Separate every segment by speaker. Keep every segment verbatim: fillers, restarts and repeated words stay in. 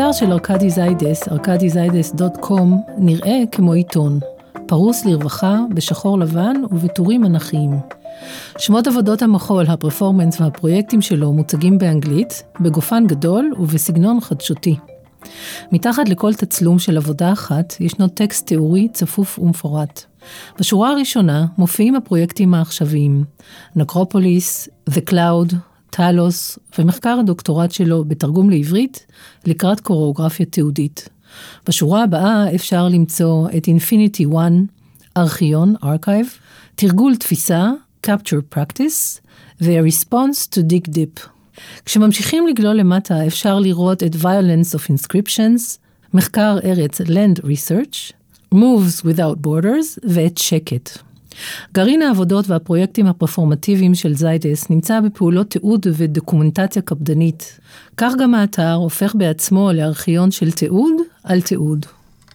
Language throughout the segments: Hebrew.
Speaker 1: האתר של ארקדי זיידס, ארקדי זיידס דוט קום, נראה כמו עיתון, פרוס לרווחה, בשחור לבן ובטורים אנכיים. שמות עבודות המחול, הפרפורמנס והפרויקטים שלו מוצגים באנגלית, בגופן גדול ובסגנון חדשותי. מתחת לכל תצלום של עבודה אחת, ישנו טקסט תיאורי צפוף ומפורט. בשורה הראשונה מופיעים הפרויקטים העכשוויים, נקרופוליס, The Cloud, טלוס, ומחקר הדוקטורט שלו בתרגום לעברית, לקראת קוריאוגרפיה תיעודית. בשורה הבאה אפשר למצוא את Infinity One, ארכיון, Archive, תרגול תפיסה, Capture Practice, ו-Response to Dig Deep. כשממשיכים לגלול למטה אפשר לראות את Violence of Inscriptions, מחקר ארץ Land Research, Moves Without Borders ואת שקט. גרעין העבודות והפרויקטים הפרפורמטיביים של זיידס נמצא בפעולות תיעוד ודוקומנטציה קפדנית. כך גם האתר הופך בעצמו לארכיון של תיעוד על תיעוד.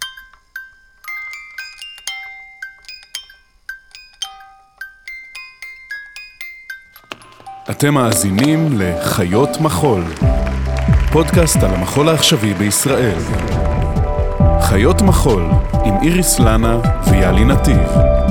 Speaker 2: אתם מאזינים לחיות מחול, פודקאסט על המחול העכשווי בישראל. חיות מחול עם איריס לנה ויאלי נתיב.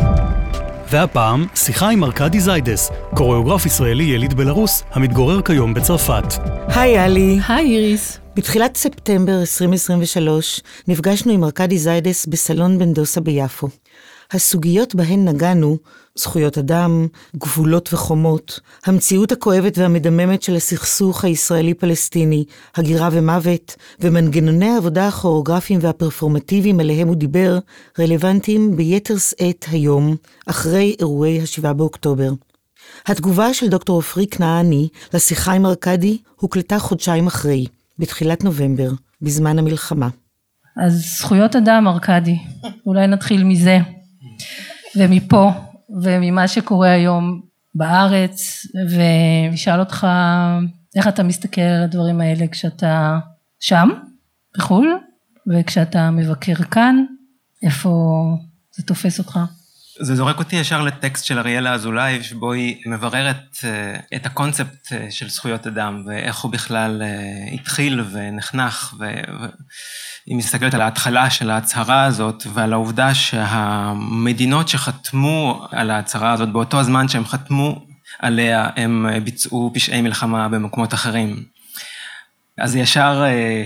Speaker 3: והפעם שיחה עם ארקדי זיידס, קוריאוגרף ישראלי יליד בלרוס, המתגורר כיום בצרפת.
Speaker 4: היי יאלי.
Speaker 1: היי איריס.
Speaker 4: בתחילת ספטמבר עשרים עשרים ושלוש נפגשנו עם ארקדי זיידס בסלון בן דוסה ביפו. הסוגיות בהן נגענו, זכויות אדם, גבולות וחומות, המציאות הכואבת והמדממת של הסכסוך הישראלי-פלסטיני, הגירה ומוות, ומנגנוני העבודה הכוריאוגרפיים והפרפורמטיביים עליהם הוא דיבר, רלוונטיים ביתר שאת היום, אחרי אירועי השבעה באוקטובר. התגובה של דוקטור עופרי כנעני לשיחה עם ארקדי הוקלטה חודשיים אחרי, בתחילת נובמבר, בזמן המלחמה.
Speaker 1: אז זכויות אדם, ארקדי, אולי נתחיל מזה. ומפה, וממה שקורה היום בארץ, ונשאל אותך איך אתה מסתכל על הדברים האלה כשאתה שם, בחול, וכשאתה מבקר כאן, איפה זה תופס אותך?
Speaker 5: זה זורק אותי ישר לטקסט של אריאלה אזולאי, שבו היא מבררת את הקונספט של זכויות אדם, ואיך הוא בכלל התחיל ונחנך, והיא מסתכלת על ההתחלה של ההצהרה הזאת, ועל העובדה שהמדינות שחתמו על ההצהרה הזאת, באותו הזמן שהם חתמו עליה, הם ביצעו פשעי מלחמה במקומות אחרים. אז ישר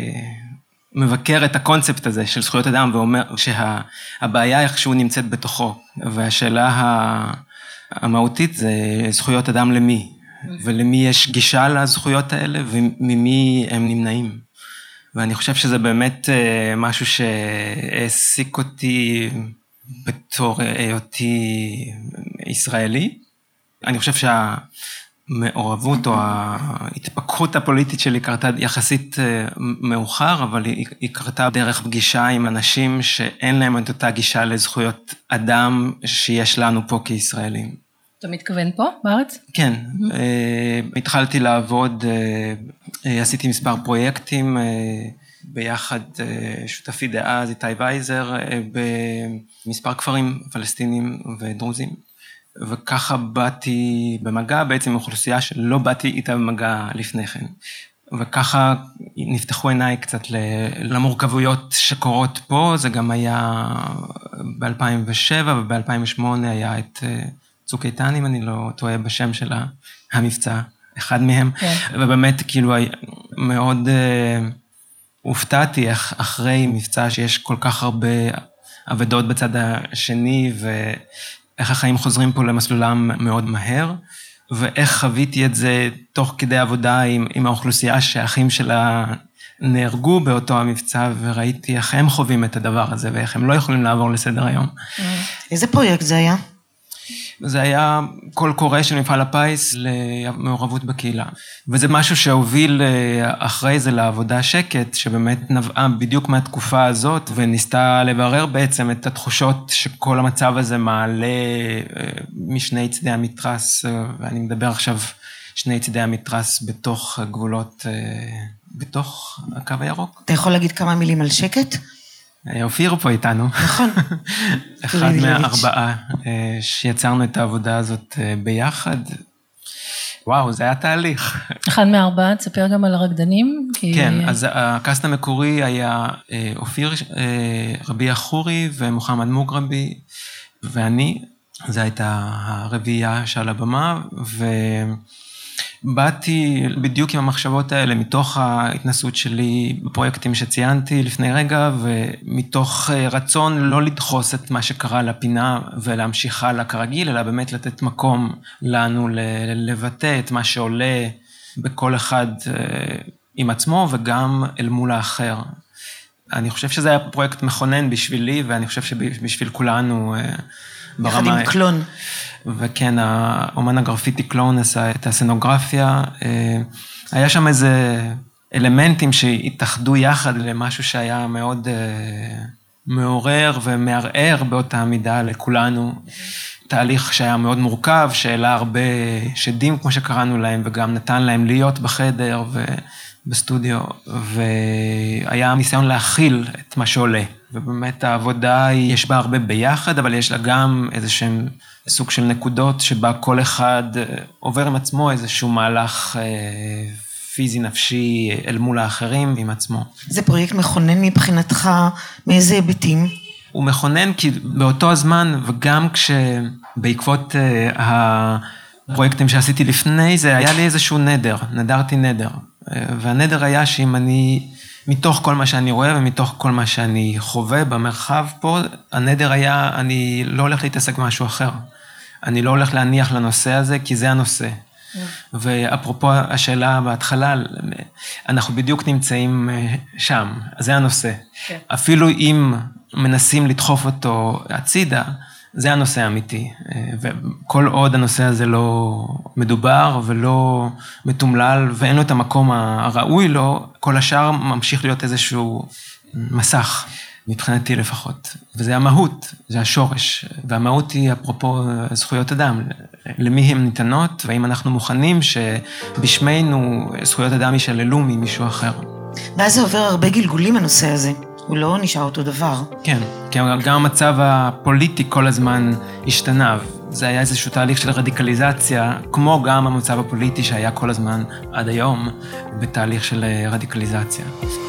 Speaker 5: מבקר את הקונספט הזה של זכויות אדם, ואומר שהבעיה איכשהו נמצאת בתוכו, והשאלה המהותית זה זכויות אדם למי, ולמי יש גישה לזכויות האלה, וממי הם נמנעים. ואני חושב שזה באמת משהו שהעסיק אותי בתור היותי ישראלי. אני חושב שה... מעורבות או ההתפכחות הפוליטית שלי קרתה יחסית מאוחר, אבל היא, היא קרתה דרך פגישה עם אנשים שאין להם את אותה גישה לזכויות אדם שיש לנו פה כישראלים.
Speaker 1: אתה מתכוון פה, בארץ?
Speaker 5: כן, mm-hmm. התחלתי לעבוד, עשיתי מספר פרויקטים, ביחד שותפי דאז איתי וייזר, במספר כפרים פלסטינים ודרוזים. וככה באתי במגע, בעצם אוכלוסייה שלא באתי איתה במגע לפני כן. וככה נפתחו עיניי קצת למורכבויות שקורות פה, זה גם היה ב-אלפיים ושבע וב-אלפיים ושמונה היה את צוק איתן, אם אני לא טועה בשם של המבצע, אחד מהם. כן. ובאמת כאילו מאוד הופתעתי אחרי מבצע שיש כל כך הרבה עבודות בצד השני, ו... איך החיים חוזרים פה למסלולם מאוד מהר, ואיך חוויתי את זה תוך כדי עבודה עם, עם האוכלוסייה שהאחים שלה נהרגו באותו המבצע, וראיתי איך הם חווים את הדבר הזה, ואיך הם לא יכולים לעבור לסדר היום.
Speaker 4: איזה פרויקט זה היה?
Speaker 5: זה היה קול קורא של מפעל הפיס למעורבות בקהילה. וזה משהו שהוביל אחרי זה לעבודה שקט, שבאמת נבעה בדיוק מהתקופה הזאת, וניסתה לברר בעצם את התחושות שכל המצב הזה מעלה משני צדי המתרס, ואני מדבר עכשיו שני צדי המתרס בתוך גבולות, בתוך הקו הירוק.
Speaker 4: אתה יכול להגיד כמה מילים על שקט?
Speaker 5: אופיר פה איתנו.
Speaker 4: נכון.
Speaker 5: אחד מהארבעה שיצרנו את העבודה הזאת ביחד. וואו, זה היה תהליך.
Speaker 1: אחד מארבעה, תספר גם על הרקדנים. כי...
Speaker 5: כן, אז הקאסט המקורי היה אופיר רבי אחורי ומוחמד מוגרבי ואני, זו הייתה הרביעייה שעל הבמה, ובאתי בדיוק עם המחשבות האלה, מתוך ההתנסות שלי בפרויקטים שציינתי לפני רגע, ומתוך רצון לא לדחוס את מה שקרה לפינה ולהמשיך הלאה כרגיל, אלא באמת לתת מקום לנו לבטא את מה שעולה בכל אחד עם עצמו וגם אל מול האחר. אני חושב שזה היה פרויקט מכונן בשבילי, ואני חושב שבשביל כולנו ברמה...
Speaker 4: יחד עם קלון.
Speaker 5: וכן, האומן הגרפיטי קלון עשה את הסצנוגרפיה. היה שם איזה אלמנטים שהתאחדו יחד למשהו שהיה מאוד מעורר ומערער באותה מידה לכולנו. תהליך שהיה מאוד מורכב, שאלה הרבה שדים, כמו שקראנו להם, וגם נתן להם להיות בחדר ובסטודיו, והיה ניסיון להכיל את מה שעולה. ובאמת העבודה, יש בה הרבה ביחד, אבל יש לה גם איזשהם סוג של נקודות, שבה כל אחד עובר עם עצמו איזשהו מהלך פיזי נפשי אל מול האחרים עם עצמו.
Speaker 4: זה פרויקט מכונן מבחינתך, מאיזה היבטים?
Speaker 5: הוא מכונן כי באותו הזמן, וגם כשבעקבות הפרויקטים שעשיתי לפני זה, היה לי איזשהו נדר, נדרתי נדר. והנדר היה שאם אני, מתוך כל מה שאני רואה ומתוך כל מה שאני חווה במרחב פה, הנדר היה, אני לא הולך להתעסק במשהו אחר. אני לא הולך להניח לנושא הזה, כי זה הנושא. ואפרופו השאלה בהתחלה, אנחנו בדיוק נמצאים שם, זה הנושא. אפילו אם מנסים לדחוף אותו הצידה, זה הנושא האמיתי. וכל עוד הנושא הזה לא מדובר ולא מתומלל, ואין לו את המקום הראוי לו, כל השאר ממשיך להיות איזשהו מסך, מבחינתי לפחות. וזה המהות, זה השורש. והמהות היא אפרופו זכויות אדם. למי הן ניתנות, והאם אנחנו מוכנים שבשמנו זכויות אדם ישללו ממישהו אחר.
Speaker 4: ואז זה עובר הרבה גלגולים הנושא הזה. הוא לא נשאר אותו דבר.
Speaker 5: כן, כי גם המצב הפוליטי כל הזמן השתנה. זה היה איזשהו תהליך של רדיקליזציה, כמו גם המצב הפוליטי שהיה כל הזמן עד היום, בתהליך של רדיקליזציה.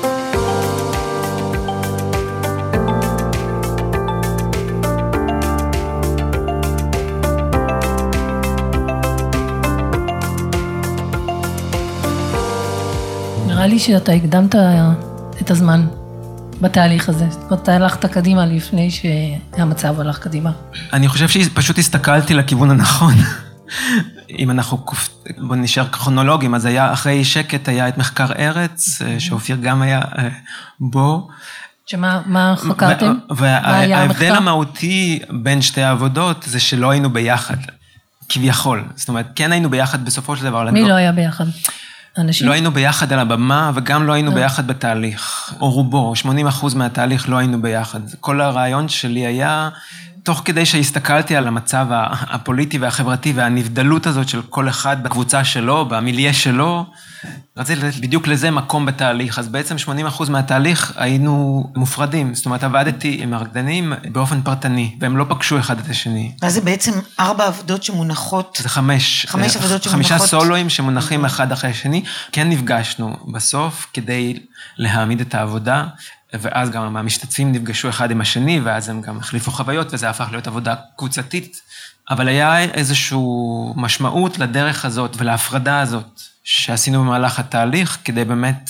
Speaker 1: נראה לי שאתה הקדמת את הזמן בתהליך הזה. אתה הלכת קדימה לפני שהמצב הלך קדימה.
Speaker 5: אני חושב שפשוט הסתכלתי לכיוון הנכון. אם אנחנו, בוא נשאר כרונולוגים, אז היה אחרי שקט היה את מחקר ארץ, שאופיר גם היה בו.
Speaker 1: שמה מה חקרתם?
Speaker 5: וההבדל המהותי בין שתי העבודות זה שלא היינו ביחד, כביכול. זאת אומרת, כן היינו ביחד בסופו של דבר.
Speaker 1: מי לא היה ביחד? אנשים?
Speaker 5: לא היינו ביחד על הבמה, וגם לא היינו ביחד בתהליך, או רובו, שמונים אחוז מהתהליך לא היינו ביחד. כל הרעיון שלי היה, תוך כדי שהסתכלתי על המצב הפוליטי והחברתי, והנבדלות הזאת של כל אחד בקבוצה שלו, במיליה שלו, רציתי לתת בדיוק לזה מקום בתהליך, אז בעצם שמונים אחוז מהתהליך היינו מופרדים, זאת אומרת, עבדתי עם הרקדנים באופן פרטני, והם לא פגשו אחד את השני.
Speaker 4: אז זה בעצם ארבע עבודות שמונחות.
Speaker 5: זה חמש.
Speaker 4: חמש עבודות שמונחות.
Speaker 5: חמישה סולואים שמונחים אחד אחרי השני, כן נפגשנו בסוף כדי להעמיד את העבודה, ואז גם המשתתפים נפגשו אחד עם השני, ואז הם גם החליפו חוויות, וזה הפך להיות עבודה קבוצתית, אבל היה איזשהו משמעות לדרך הזאת ולהפרדה הזאת, שעשינו במהלך התהליך, כדי באמת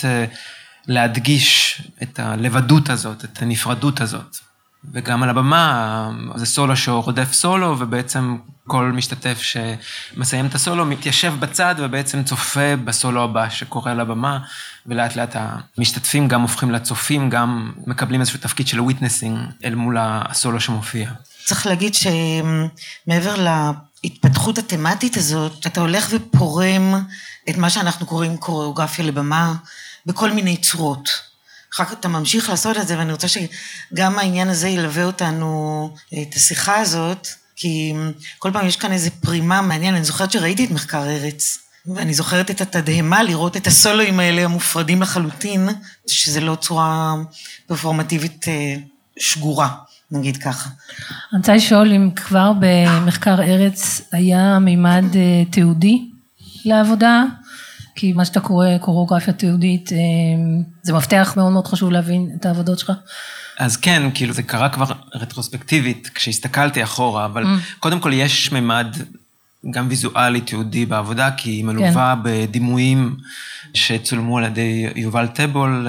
Speaker 5: להדגיש את הלבדות הזאת, את הנפרדות הזאת. וגם על הבמה, זה סולו שרודף סולו, ובעצם כל משתתף שמסיים את הסולו, מתיישב בצד, ובעצם צופה בסולו הבא שקורה על הבמה, ולאט לאט המשתתפים גם הופכים לצופים, גם מקבלים איזשהו תפקיד של וויטנסינג, אל מול הסולו שמופיע.
Speaker 4: צריך להגיד שמעבר להתפתחות התמטית הזאת, אתה הולך ופורם את מה שאנחנו קוראים קוריאוגרפיה לבמה, בכל מיני צורות. אחר כך אתה ממשיך לעשות את זה, ואני רוצה שגם העניין הזה ילווה אותנו, את השיחה הזאת, כי כל פעם יש כאן איזו פרימה מעניין, אני זוכרת שראיתי את מחקר ארץ, ואני זוכרת את התדהמה לראות את הסולואים האלה המופרדים לחלוטין, שזה לא צורה פרפורמטיבית שגורה, נגיד ככה.
Speaker 1: אני רוצה לשאול אם כבר במחקר ארץ היה מימד תיעודי לעבודה, כי מה שאתה קורא קוריאוגרפיה תיעודית, זה מפתח מאוד מאוד חשוב להבין את העבודות שלך.
Speaker 5: אז כן, כאילו זה קרה כבר רטרוספקטיבית, כשהסתכלתי אחורה, אבל mm. קודם כל יש ממד גם ויזואלי תיעודי בעבודה, כי היא מלווה כן. בדימויים שצולמו על ידי יובל טבול,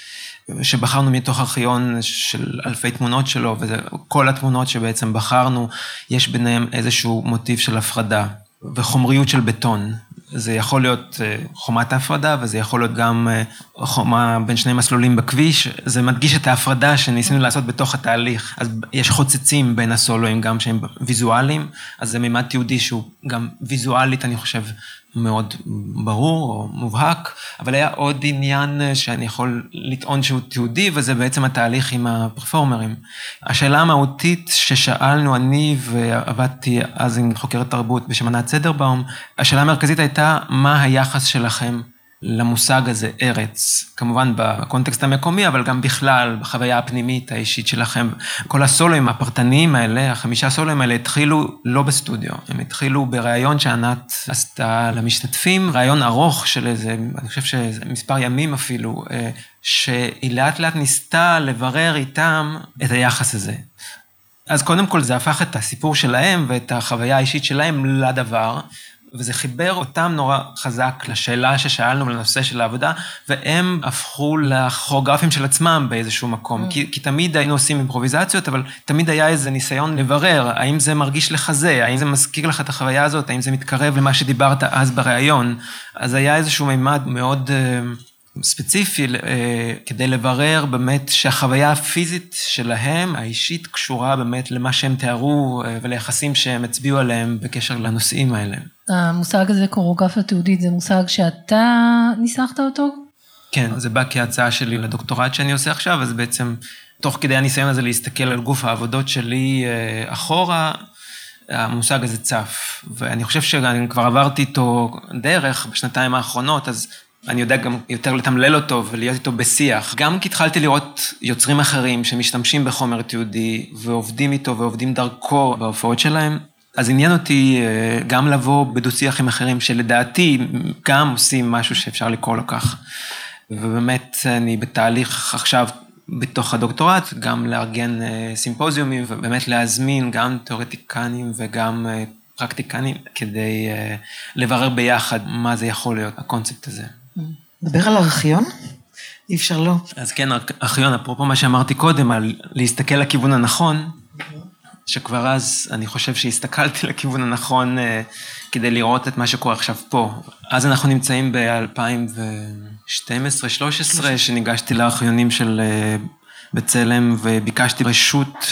Speaker 5: שבחרנו מתוך ארכיון של אלפי תמונות שלו, וכל התמונות שבעצם בחרנו, יש ביניהם איזשהו מוטיב של הפרדה, וחומריות של בטון. זה יכול להיות חומת ההפרדה, וזה יכול להיות גם חומה בין שני מסלולים בכביש. זה מדגיש את ההפרדה שניסינו לעשות בתוך התהליך. אז יש חוצצים בין הסולואים, גם שהם ויזואליים, אז זה מימד תיעודי שהוא גם ויזואלית, אני חושב, מאוד ברור או מובהק, אבל היה עוד עניין שאני יכול לטעון שהוא תיעודי, וזה בעצם התהליך עם הפרפורמרים. השאלה המהותית ששאלנו אני, ועבדתי אז עם חוקרת תרבות בשם ענת צדרבאום, השאלה המרכזית הייתה, מה היחס שלכם למושג הזה, ארץ? כמובן בקונטקסט המקומי, אבל גם בכלל, בחוויה הפנימית האישית שלכם. כל הסולואים הפרטניים האלה, החמישה סולואים האלה, התחילו לא בסטודיו, הם התחילו בראיון שענת עשתה למשתתפים, ראיון ארוך של איזה, אני חושב שזה מספר ימים אפילו, שהיא לאט לאט ניסתה לברר איתם את היחס הזה. אז קודם כל זה הפך את הסיפור שלהם ואת החוויה האישית שלהם לדבר, וזה חיבר אותם נורא חזק לשאלה ששאלנו לנושא של העבודה, והם הפכו לכוריאוגרפים של עצמם באיזשהו מקום, mm. כי, כי תמיד היינו עושים אימפרוביזציות, אבל תמיד היה איזה ניסיון לברר, האם זה מרגיש לך זה, האם זה מזכיר לך את החוויה הזאת, האם זה מתקרב למה שדיברת אז בראיון, אז היה איזשהו מימד מאוד ספציפי, כדי לברר באמת שהחוויה הפיזית שלהם, האישית, קשורה באמת למה שהם תיארו, וליחסים שהם הצביעו עליהם בקשר לנושאים האלה.
Speaker 1: המושג הזה, קוריאוגרפיה תיעודית, זה מושג שאתה ניסחת אותו?
Speaker 5: כן, זה בא כהצעה שלי לדוקטורט שאני עושה עכשיו, אז בעצם, תוך כדי הניסיון הזה להסתכל על גוף העבודות שלי אחורה, המושג הזה צף, ואני חושב שאני כבר עברתי איתו דרך בשנתיים האחרונות, אז אני יודע גם יותר לתמלל אותו ולהיות איתו בשיח. גם כי התחלתי לראות יוצרים אחרים שמשתמשים בחומר תיעודי ועובדים איתו ועובדים דרכו בהופעות שלהם, אז עניין אותי גם לבוא בדו-שיח עם אחרים שלדעתי גם עושים משהו שאפשר לקרוא לו כך. ובאמת אני בתהליך עכשיו בתוך הדוקטורט, גם לארגן סימפוזיומים ובאמת להזמין גם תיאורטיקנים וגם פרקטיקנים כדי לברר ביחד מה זה יכול להיות, הקונספט הזה.
Speaker 4: דבר על ארכיון? אי אפשר לא.
Speaker 5: אז כן, ארכיון, אפרופו מה שאמרתי קודם, על להסתכל לכיוון הנכון, שכבר אז אני חושב שהסתכלתי לכיוון הנכון כדי לראות את מה שקורה עכשיו פה. אז אנחנו נמצאים ב-אלפיים ושתים עשרה שלוש עשרה, שניגשתי לארכיונים של בצלם, וביקשתי רשות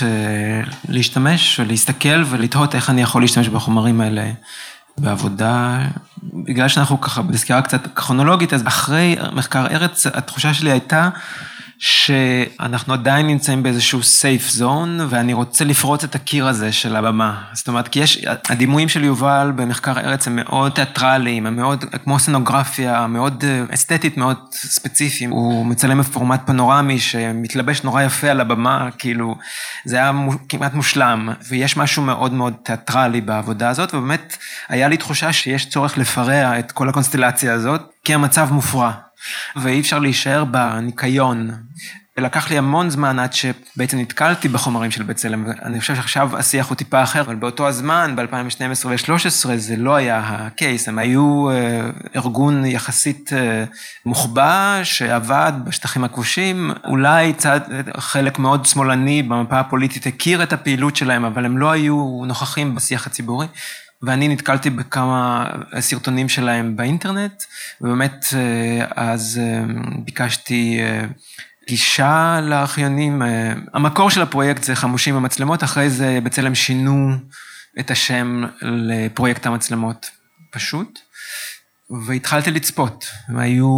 Speaker 5: להשתמש ולהסתכל ולתהות איך אני יכול להשתמש בחומרים האלה בעבודה. בגלל שאנחנו ככה בסקירה קצת כרונולוגית, אז אחרי מחקר ארץ, התחושה שלי הייתה שאנחנו עדיין נמצאים באיזשהו סייף זון, ואני רוצה לפרוץ את הקיר הזה של הבמה. זאת אומרת, כי יש, הדימויים של יובל במחקר ארץ הם מאוד תיאטרליים, הם מאוד, כמו סצנוגרפיה, מאוד אסתטית, מאוד ספציפיים. הוא מצלם בפורמט פנורמי שמתלבש נורא יפה על הבמה, כאילו, זה היה כמעט מושלם, ויש משהו מאוד מאוד תיאטרלי בעבודה הזאת, ובאמת היה לי תחושה שיש צורך לפרע את כל הקונסטלציה הזאת, כי המצב מופרע. ואי אפשר להישאר בניקיון. לקח לי המון זמן עד שבעצם נתקלתי בחומרים של בצלם, ואני חושב שעכשיו השיח הוא טיפה אחר, אבל באותו הזמן, ב-אלפיים ושתים עשרה ו-שלוש עשרה, זה לא היה הקייס, הם היו ארגון יחסית מוחבא, שעבד בשטחים הכבושים, אולי צד חלק מאוד שמאלני במפה הפוליטית הכיר את הפעילות שלהם, אבל הם לא היו נוכחים בשיח הציבורי, ואני נתקלתי בכמה סרטונים שלהם באינטרנט, ובאמת אז ביקשתי גישה לארכיונים. המקור של הפרויקט זה חמושים במצלמות, אחרי זה בצלם שינו את השם לפרויקט המצלמות פשוט, והתחלתי לצפות. היו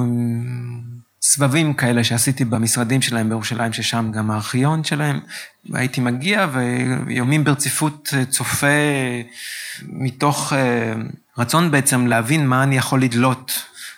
Speaker 5: סבבים כאלה שעשיתי במשרדים שלהם בירושלים, ששם גם הארכיון שלהם, והייתי מגיע ויומים ברציפות צופה מתוך רצון בעצם להבין מה אני יכול לדלות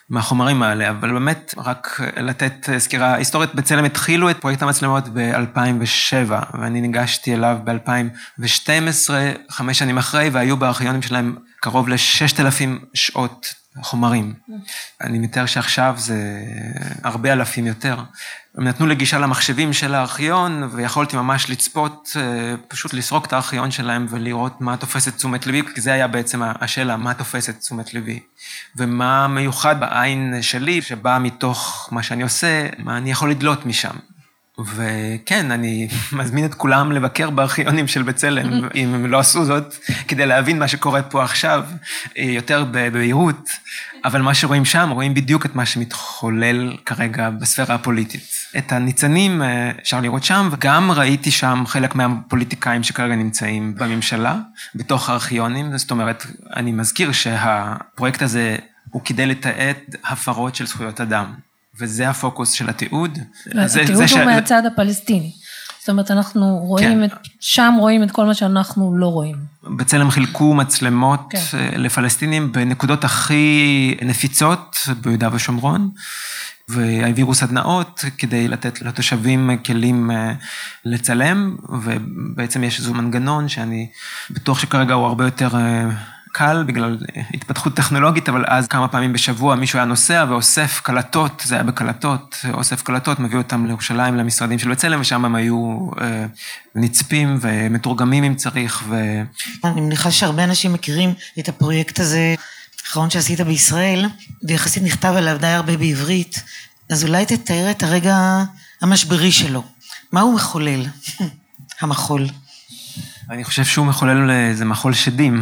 Speaker 5: מהחומרים האלה, אבל באמת רק לתת סקירה היסטורית, בצלם התחילו את פרויקט המצלמות ב-אלפיים ושבע, ואני ניגשתי אליו ב-אלפיים ושתים עשרה, חמש שנים אחרי, והיו בארכיונים שלהם קרוב ל-ששת אלפים שעות חומרים. אני מתאר שעכשיו זה הרבה אלפים יותר. הם נתנו לגישה למחשבים של הארכיון, ויכולתי ממש לצפות, פשוט לסרוק את הארכיון שלהם ולראות מה תופסת תשומת ליבי, כי זה היה בעצם השאלה, מה תופסת תשומת ליבי. ומה מיוחד בעין שלי, שבא מתוך מה שאני עושה, מה אני יכול לדלות משם. וכן, אני מזמין את כולם לבקר בארכיונים של בצלם, אם הם לא עשו זאת, כדי להבין מה שקורה פה עכשיו, יותר בבהירות, אבל מה שרואים שם, רואים בדיוק את מה שמתחולל כרגע בספירה הפוליטית. את הניצנים אפשר לראות שם, וגם ראיתי שם חלק מהפוליטיקאים שכרגע נמצאים בממשלה, בתוך הארכיונים, זאת אומרת, אני מזכיר שהפרויקט הזה הוא כדי לתעד הפרות של זכויות אדם. וזה הפוקוס של התיעוד.
Speaker 1: התיעוד הוא מהצד הפלסטיני. זאת אומרת, אנחנו רואים, שם רואים את כל מה שאנחנו לא רואים.
Speaker 5: בצלם חילקו מצלמות לפלסטינים בנקודות הכי נפיצות ביהודה ושומרון, והעבירו סדנאות כדי לתת לתושבים כלים לצלם, ובעצם יש איזו מנגנון שאני בטוח שכרגע הוא הרבה יותר קל בגלל התפתחות טכנולוגית, אבל אז כמה פעמים בשבוע מישהו היה נוסע ואוסף קלטות, זה היה בקלטות, אוסף קלטות, מביא אותם לירושלים, למשרדים של בצלם, ושם הם היו אה, נצפים ומתורגמים אם צריך. ו...
Speaker 4: אני מניחה שהרבה אנשים מכירים את הפרויקט הזה, האחרון שעשית בישראל, ויחסית נכתב עליו די הרבה בעברית, אז אולי תתאר את הרגע המשברי שלו. מה הוא מחולל? המחול.
Speaker 5: אני חושב שהוא מחולל איזה מחול שדים,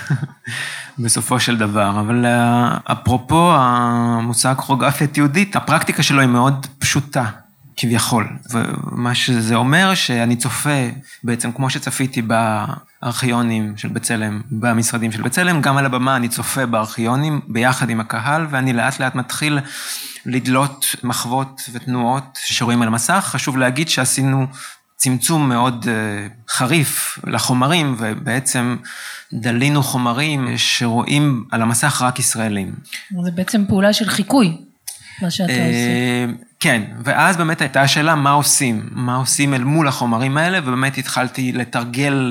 Speaker 5: בסופו של דבר, אבל אפרופו המושג כוריאוגרפיה תיעודית, הפרקטיקה שלו היא מאוד פשוטה, כביכול, ומה שזה אומר שאני צופה, בעצם כמו שצפיתי בארכיונים של בצלם, במשרדים של בצלם, גם על הבמה אני צופה בארכיונים, ביחד עם הקהל, ואני לאט לאט מתחיל לדלות מחוות ותנועות שרואים על המסך. חשוב להגיד שעשינו צמצום מאוד חריף לחומרים, ובעצם דלינו חומרים שרואים על המסך רק ישראלים.
Speaker 1: זה בעצם פעולה של חיקוי, מה שאתה עושה.
Speaker 5: כן, ואז באמת הייתה השאלה מה עושים, מה עושים אל מול החומרים האלה, ובאמת התחלתי לתרגל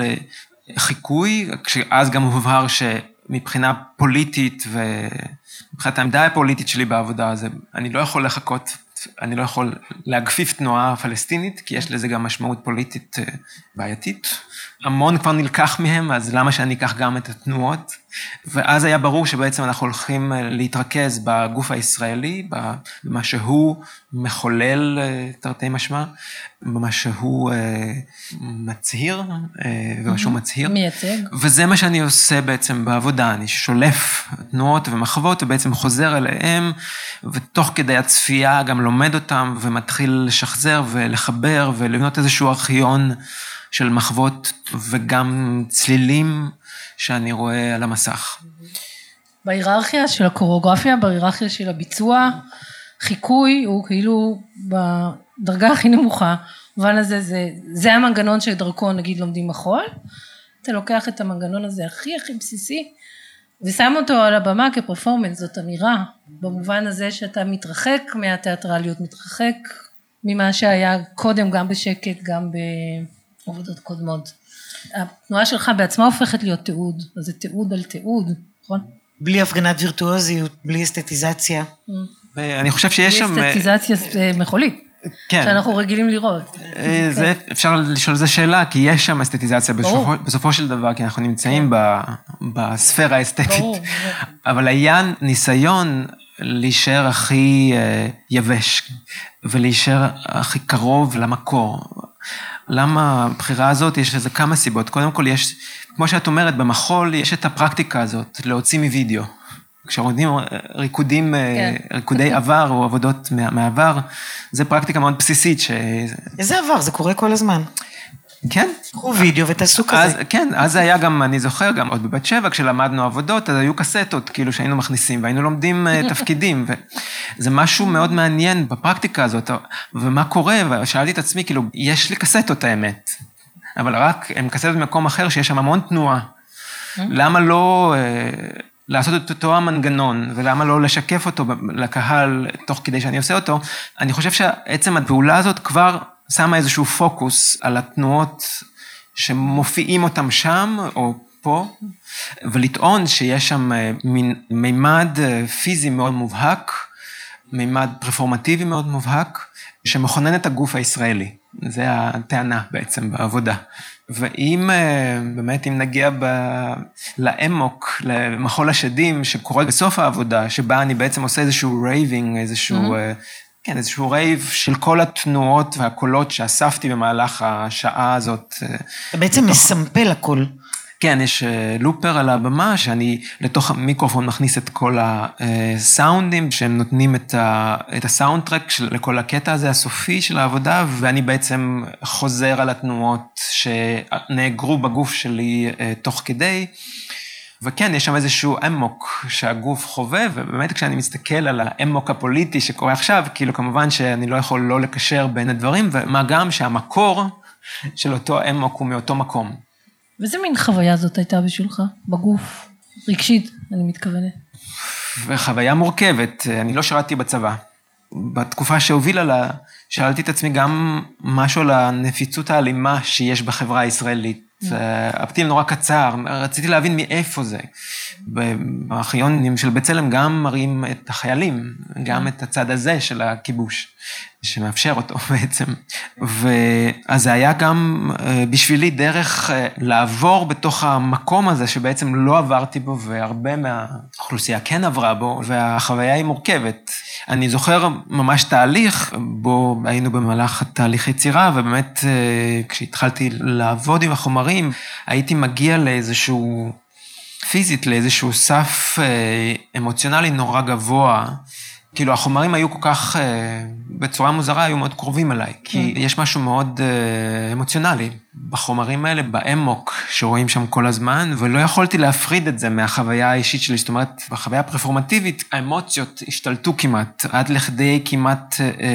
Speaker 5: חיקוי, כשאז גם הובהר שמבחינה פוליטית, ומבחינת העמדה הפוליטית שלי בעבודה, אז אני לא יכול לחכות, אני לא יכול להגפיף תנועה פלסטינית, כי יש לזה גם משמעות פוליטית בעייתית. המון כבר נלקח מהם, אז למה שאני אקח גם את התנועות? ואז היה ברור שבעצם אנחנו הולכים להתרכז בגוף הישראלי, במה שהוא מחולל תרתי משמע, במה שהוא מצהיר, ומה שהוא מצהיר.
Speaker 1: מייצג.
Speaker 5: וזה מה שאני עושה בעצם בעבודה, אני שולף תנועות ומחוות, ובעצם חוזר אליהם, ותוך כדי הצפייה גם לומד אותם, ומתחיל לשחזר ולחבר, ולבנות איזשהו ארכיון של מחוות, וגם צלילים שאני רואה על המסך.
Speaker 1: בהיררכיה של הקוריאוגרפיה, בהיררכיה של הביצוע, חיקוי הוא כאילו בדרגה הכי נמוכה, אבל הזה, זה, זה המנגנון שדרכו נגיד לומדים מחול, אתה לוקח את המנגנון הזה הכי הכי בסיסי, ושם אותו על הבמה כפרפורמנס, זאת אמירה, במובן הזה שאתה מתרחק מהתיאטרליות, מתרחק ממה שהיה קודם גם בשקט, גם בעבודות קודמות. התנועה שלך בעצמה הופכת להיות תיעוד, אז זה תיעוד על תיעוד, נכון?
Speaker 4: בלי הפגנת וירטואוזיות, בלי אסתטיזציה.
Speaker 5: אני חושב שיש שם...
Speaker 1: בלי אסתטיזציה מחולית.
Speaker 5: כן.
Speaker 1: שאנחנו רגילים לראות.
Speaker 5: זה, אפשר לשאול איזה שאלה, כי יש שם אסתטיזציה בסופו, בסופו של דבר, כי אנחנו נמצאים ב, בספירה האסתטית. ברור. אבל היה ניסיון להישאר הכי יבש, ולהישאר הכי קרוב למקור. למה הבחירה הזאת? יש לזה כמה סיבות. קודם כל יש, כמו שאת אומרת, במחול יש את הפרקטיקה הזאת, להוציא מוידאו. כשרוקדים ריקודים, כן. ריקודי עבר או עבודות מעבר, זה פרקטיקה מאוד בסיסית. ש...
Speaker 4: איזה עבר? זה קורה כל הזמן.
Speaker 5: כן.
Speaker 4: קחו וידאו ותעשו כזה.
Speaker 5: כן, אז זה היה גם, אני זוכר, גם עוד בבת שבע, כשלמדנו עבודות, אז היו קסטות, כאילו שהיינו מכניסים, והיינו לומדים תפקידים, וזה משהו מאוד מעניין בפרקטיקה הזאת, ומה קורה, ושאלתי את עצמי, כאילו, יש לי קסטות האמת, אבל רק, הם קסטות במקום אחר, שיש שם המון תנועה. למה לא לעשות את אותו המנגנון, ולמה לא לשקף אותו לקהל תוך כדי שאני עושה אותו, אני חושב שעצם הפעולה הזאת כבר שמה איזשהו פוקוס על התנועות שמופיעים אותם שם, או פה, ולטעון שיש שם מין מימד פיזי מאוד מובהק, מימד פרפורמטיבי מאוד מובהק, שמכונן את הגוף הישראלי. זה הטענה בעצם בעבודה. ואם באמת, אם נגיע ב... לאמוק, למחול השדים, שקורה בסוף העבודה, שבה אני בעצם עושה איזשהו רייבינג, איזשהו, mm-hmm. כן, איזשהו רייב של כל התנועות והקולות שאספתי במהלך השעה הזאת.
Speaker 4: אתה בעצם בתוך... מסמפל הכל.
Speaker 5: כן, יש לופר על הבמה, שאני לתוך המיקרופון מכניס את כל הסאונדים, שהם נותנים את, ה, את הסאונד טרק לכל הקטע הזה, הסופי של העבודה, ואני בעצם חוזר על התנועות שנאגרו בגוף שלי תוך כדי, וכן, יש שם איזשהו אמוק שהגוף חווה, ובאמת כשאני מסתכל על האמוק הפוליטי שקורה עכשיו, כאילו כמובן שאני לא יכול לא לקשר בין הדברים, ומה גם שהמקור של אותו אמוק הוא מאותו מקום.
Speaker 1: ואיזה מין חוויה זאת הייתה בשבילך, בגוף, רגשית, אני מתכוונת.
Speaker 5: וחוויה מורכבת, אני לא שירתתי בצבא. בתקופה שהובילה לה, שאלתי את עצמי גם משהו על הנפיצות האלימה שיש בחברה הישראלית. הפתיל נורא קצר, רציתי להבין מאיפה זה. בארכיונים של בצלם גם מראים את החיילים, גם את הצד הזה של הכיבוש, שמאפשר אותו בעצם. ואז זה היה גם בשבילי דרך לעבור בתוך המקום הזה, שבעצם לא עברתי בו, והרבה מהאוכלוסייה כן עברה בו, והחוויה היא מורכבת. אני זוכר ממש תהליך, בו היינו במהלך תהליך יצירה, ובאמת כשהתחלתי לעבוד עם החומרים, הייתי מגיע לאיזשהו, פיזית, לאיזשהו סף אמוציונלי נורא גבוה, כאילו החומרים היו כל כך, בצורה מוזרה, היו מאוד קרובים אליי, כי יש משהו מאוד אמוציונלי בחומרים האלה, באמוק שרואים שם כל הזמן, ולא יכולתי להפריד את זה מהחוויה האישית שלי, זאת אומרת, בחוויה הפרפורמטיבית, האמוציות השתלטו כמעט, עד לכדי כמעט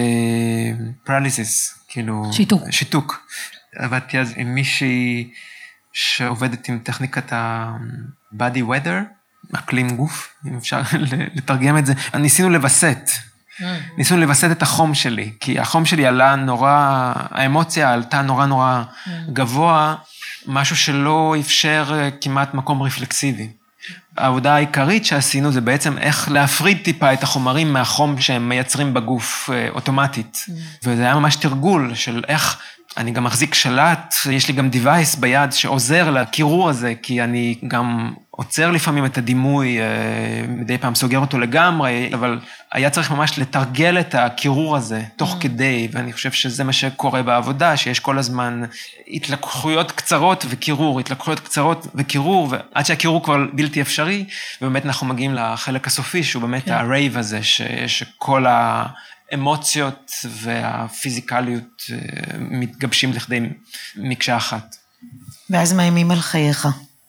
Speaker 5: פרליסיס, כאילו...
Speaker 1: שיתוק.
Speaker 5: שיתוק. עבדתי אז עם מישהי שעובדת עם טכניקת ה-body weather, אקלים גוף, אם אפשר לתרגם את זה. ניסינו לבסט, ניסינו לבסט את החום שלי, כי החום שלי עלה נורא, האמוציה עלתה נורא נורא גבוה, משהו שלא אפשר כמעט מקום רפלקסיבי. העבודה העיקרית שעשינו זה בעצם איך להפריד טיפה את החומרים מהחום שהם מייצרים בגוף אוטומטית. וזה היה ממש תרגול של איך, אני גם מחזיק שלט, יש לי גם דיווייס ביד שעוזר לקירור הזה, כי אני גם עוצר לפעמים את הדימוי, מדי פעם סוגר אותו לגמרי, אבל היה צריך ממש לתרגל את הקירור הזה תוך כדי, ואני חושב שזה מה שקורה בעבודה, שיש כל הזמן התלקחויות קצרות וקירור, התלקחויות קצרות וקירור, ועד שהקירור כבר בלתי אפשרי, ובאמת אנחנו מגיעים לחלק הסופי, שהוא באמת הרייב הזה, ש, שכל האמוציות והפיזיקליות מתגבשים לכדי מקשה אחת.
Speaker 4: ואז מאיימים על חייך.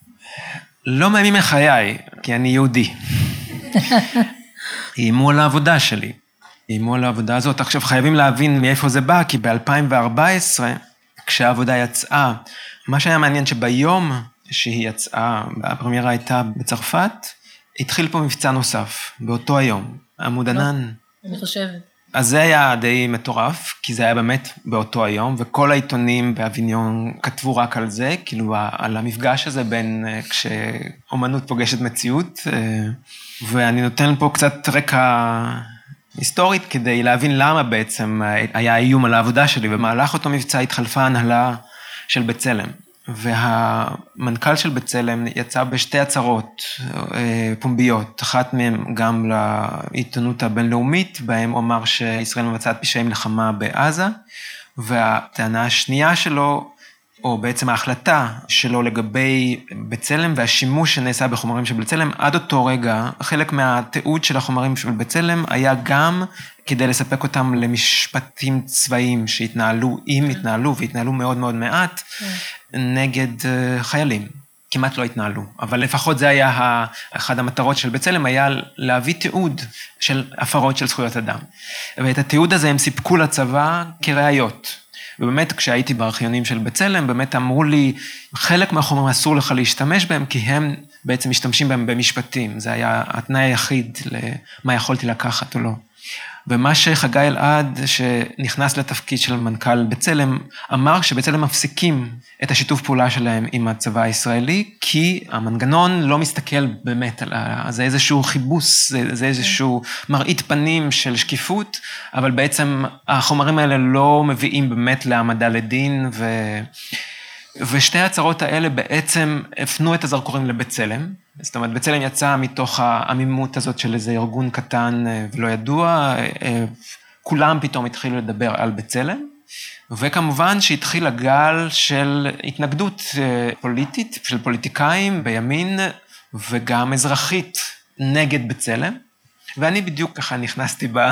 Speaker 5: לא מאיימים מחיי, כי אני יהודי. איימו על העבודה שלי. איימו על העבודה הזאת. עכשיו חייבים להבין מאיפה זה בא, כי ב-אלפיים וארבע עשרה, כשהעבודה יצאה, מה שהיה מעניין שביום שהיא יצאה, הפרמיירה הייתה בצרפת, התחיל פה מבצע נוסף, באותו היום. עמוד ענן.
Speaker 1: אני חושבת.
Speaker 5: אז זה היה די מטורף, כי זה היה באמת באותו היום, וכל העיתונים באביניון כתבו רק על זה, כאילו על המפגש הזה בין כשאומנות פוגשת מציאות, ואני נותן פה קצת רקע היסטורית, כדי להבין למה בעצם היה איום על העבודה שלי, במהלך אותו מבצע התחלפה הנהלה של בצלם. והמנכ"ל של בצלם יצא בשתי הצהרות פומביות, אחת מהן גם לעיתונות הבינלאומית, בהם הוא אמר שישראל מבצעת פשעי מלחמה בעזה, והטענה השנייה שלו, או בעצם ההחלטה שלו לגבי בצלם והשימוש שנעשה בחומרים של בצלם, עד אותו רגע, חלק מהתיעוד של החומרים של בצלם היה גם כדי לספק אותם למשפטים צבאיים שהתנהלו, אם התנהלו, והתנהלו מאוד מאוד מעט, נגד חיילים. כמעט לא התנהלו, אבל לפחות זה היה, אחד המטרות של בצלם היה להביא תיעוד של הפרות של זכויות אדם. ואת התיעוד הזה הם סיפקו לצבא כראיות. ובאמת כשהייתי בארכיונים של בצלם, באמת אמרו לי, חלק מהחומרים אסור לך להשתמש בהם, כי הם בעצם משתמשים בהם במשפטים, זה היה התנאי היחיד למה יכולתי לקחת או לא. ומה שחגי אלעד, שנכנס לתפקיד של מנכ"ל בצלם, אמר שבצלם מפסיקים את השיתוף פעולה שלהם עם הצבא הישראלי, כי המנגנון לא מסתכל באמת על זה, איזשהו חיבוס, זה, זה איזשהו מראית פנים של שקיפות, אבל בעצם החומרים האלה לא מביאים באמת להעמדה לדין, ו... ושתי ההצהרות האלה בעצם הפנו את הזרקורים לבצלם, זאת אומרת, בצלם יצא מתוך העמימות הזאת של איזה ארגון קטן ולא ידוע, כולם פתאום התחילו לדבר על בצלם, וכמובן שהתחיל הגל של התנגדות פוליטית, של פוליטיקאים בימין, וגם אזרחית נגד בצלם, ואני בדיוק ככה נכנסתי ב...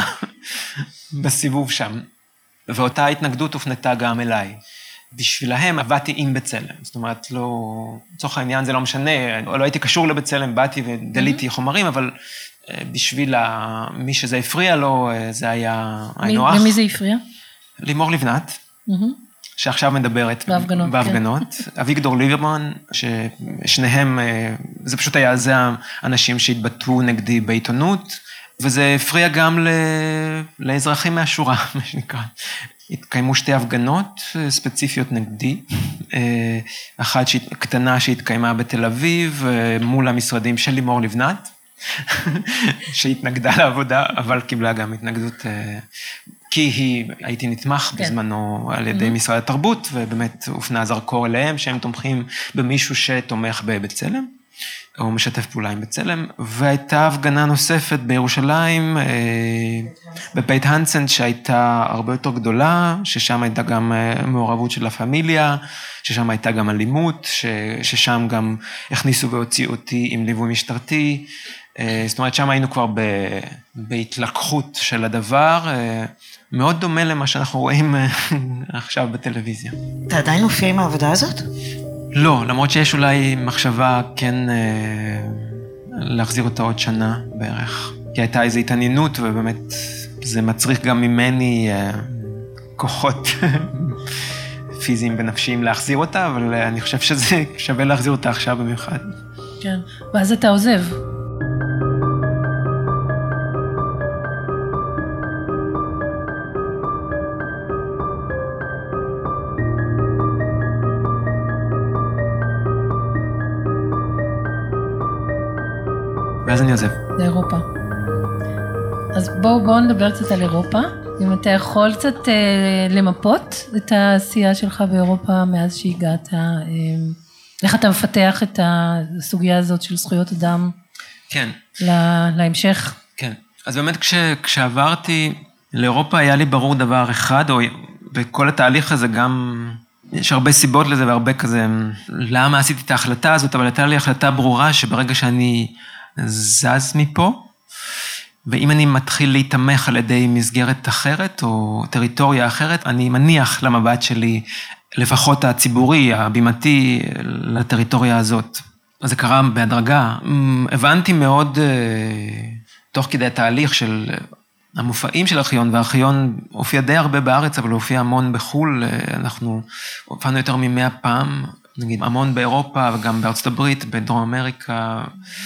Speaker 5: בסיבוב שם, ואותה התנגדות הופנתה גם אליי. בשבילהם עבדתי עם בצלם, זאת אומרת, לא, לצורך העניין זה לא משנה, לא הייתי קשור לבצלם, באתי ודליתי mm-hmm. חומרים, אבל בשביל מי שזה הפריע לו, זה היה היינו אח.
Speaker 1: למי זה הפריע?
Speaker 5: לימור לבנת, mm-hmm. שעכשיו מדברת
Speaker 1: בהפגנות.
Speaker 5: בהפגנות. כן. אביגדור ליברמן, ששניהם, זה פשוט היה, זה האנשים שהתבטאו נגדי בעיתונות, וזה הפריע גם ל... לאזרחים מהשורה, מה שנקרא. התקיימו שתי הפגנות ספציפיות נגדי, אחת קטנה שהתקיימה בתל אביב, מול המשרדים של לימור לבנת, שהתנגדה לעבודה, אבל קיבלה גם התנגדות, כי היא, הייתי נתמך כן. בזמנו על ידי mm-hmm. משרד התרבות, ובאמת הופנה זרקור אליהם, שהם תומכים במישהו שתומך בבצלם, או משתף פעולה עם בצלם, והייתה הפגנה נוספת בירושלים, בבית הנסן, שהייתה הרבה יותר גדולה, ששם הייתה גם מעורבות של הפמיליה, ששם הייתה גם אלימות, ששם גם הכניסו והוציאו אותי עם ליווי משטרתי, זאת אומרת, שם היינו כבר בהתלקחות של הדבר, מאוד דומה למה שאנחנו רואים עכשיו בטלוויזיה.
Speaker 4: אתה עדיין מופיע עם העבודה הזאת?
Speaker 5: לא, למרות שיש אולי מחשבה כן אה, להחזיר אותה עוד שנה בערך. כי הייתה איזו התעניינות, ובאמת זה מצריך גם ממני אה, כוחות פיזיים ונפשיים להחזיר אותה, אבל אה, אני חושב שזה שווה להחזיר אותה עכשיו במיוחד.
Speaker 1: כן, ואז אתה עוזב.
Speaker 5: ואז אני עוזב.
Speaker 1: לאירופה. אז בואו בואו נדבר קצת על אירופה. אם אתה יכול קצת אה, למפות את העשייה שלך באירופה מאז שהגעת, אה, איך אתה מפתח את הסוגיה הזאת של זכויות אדם?
Speaker 5: כן.
Speaker 1: לה, להמשך?
Speaker 5: כן. אז באמת כש, כשעברתי לאירופה היה לי ברור דבר אחד, או בכל התהליך הזה גם... יש הרבה סיבות לזה והרבה כזה, למה עשיתי את ההחלטה הזאת, אבל הייתה לי החלטה ברורה שברגע שאני זז מפה, ואם אני מתחיל להתמך על ידי מסגרת אחרת או טריטוריה אחרת, אני מניח למבט שלי, לפחות הציבורי, הבימתי, לטריטוריה הזאת. אז זה קרה בהדרגה. הבנתי מאוד, תוך כדי התהליך של המופעים של הארכיון, והארכיון הופיע די הרבה בארץ, אבל הופיע המון בחול, אנחנו הופענו יותר ממאה פעם, נגיד המון באירופה וגם בארצות הברית, בדרום אמריקה,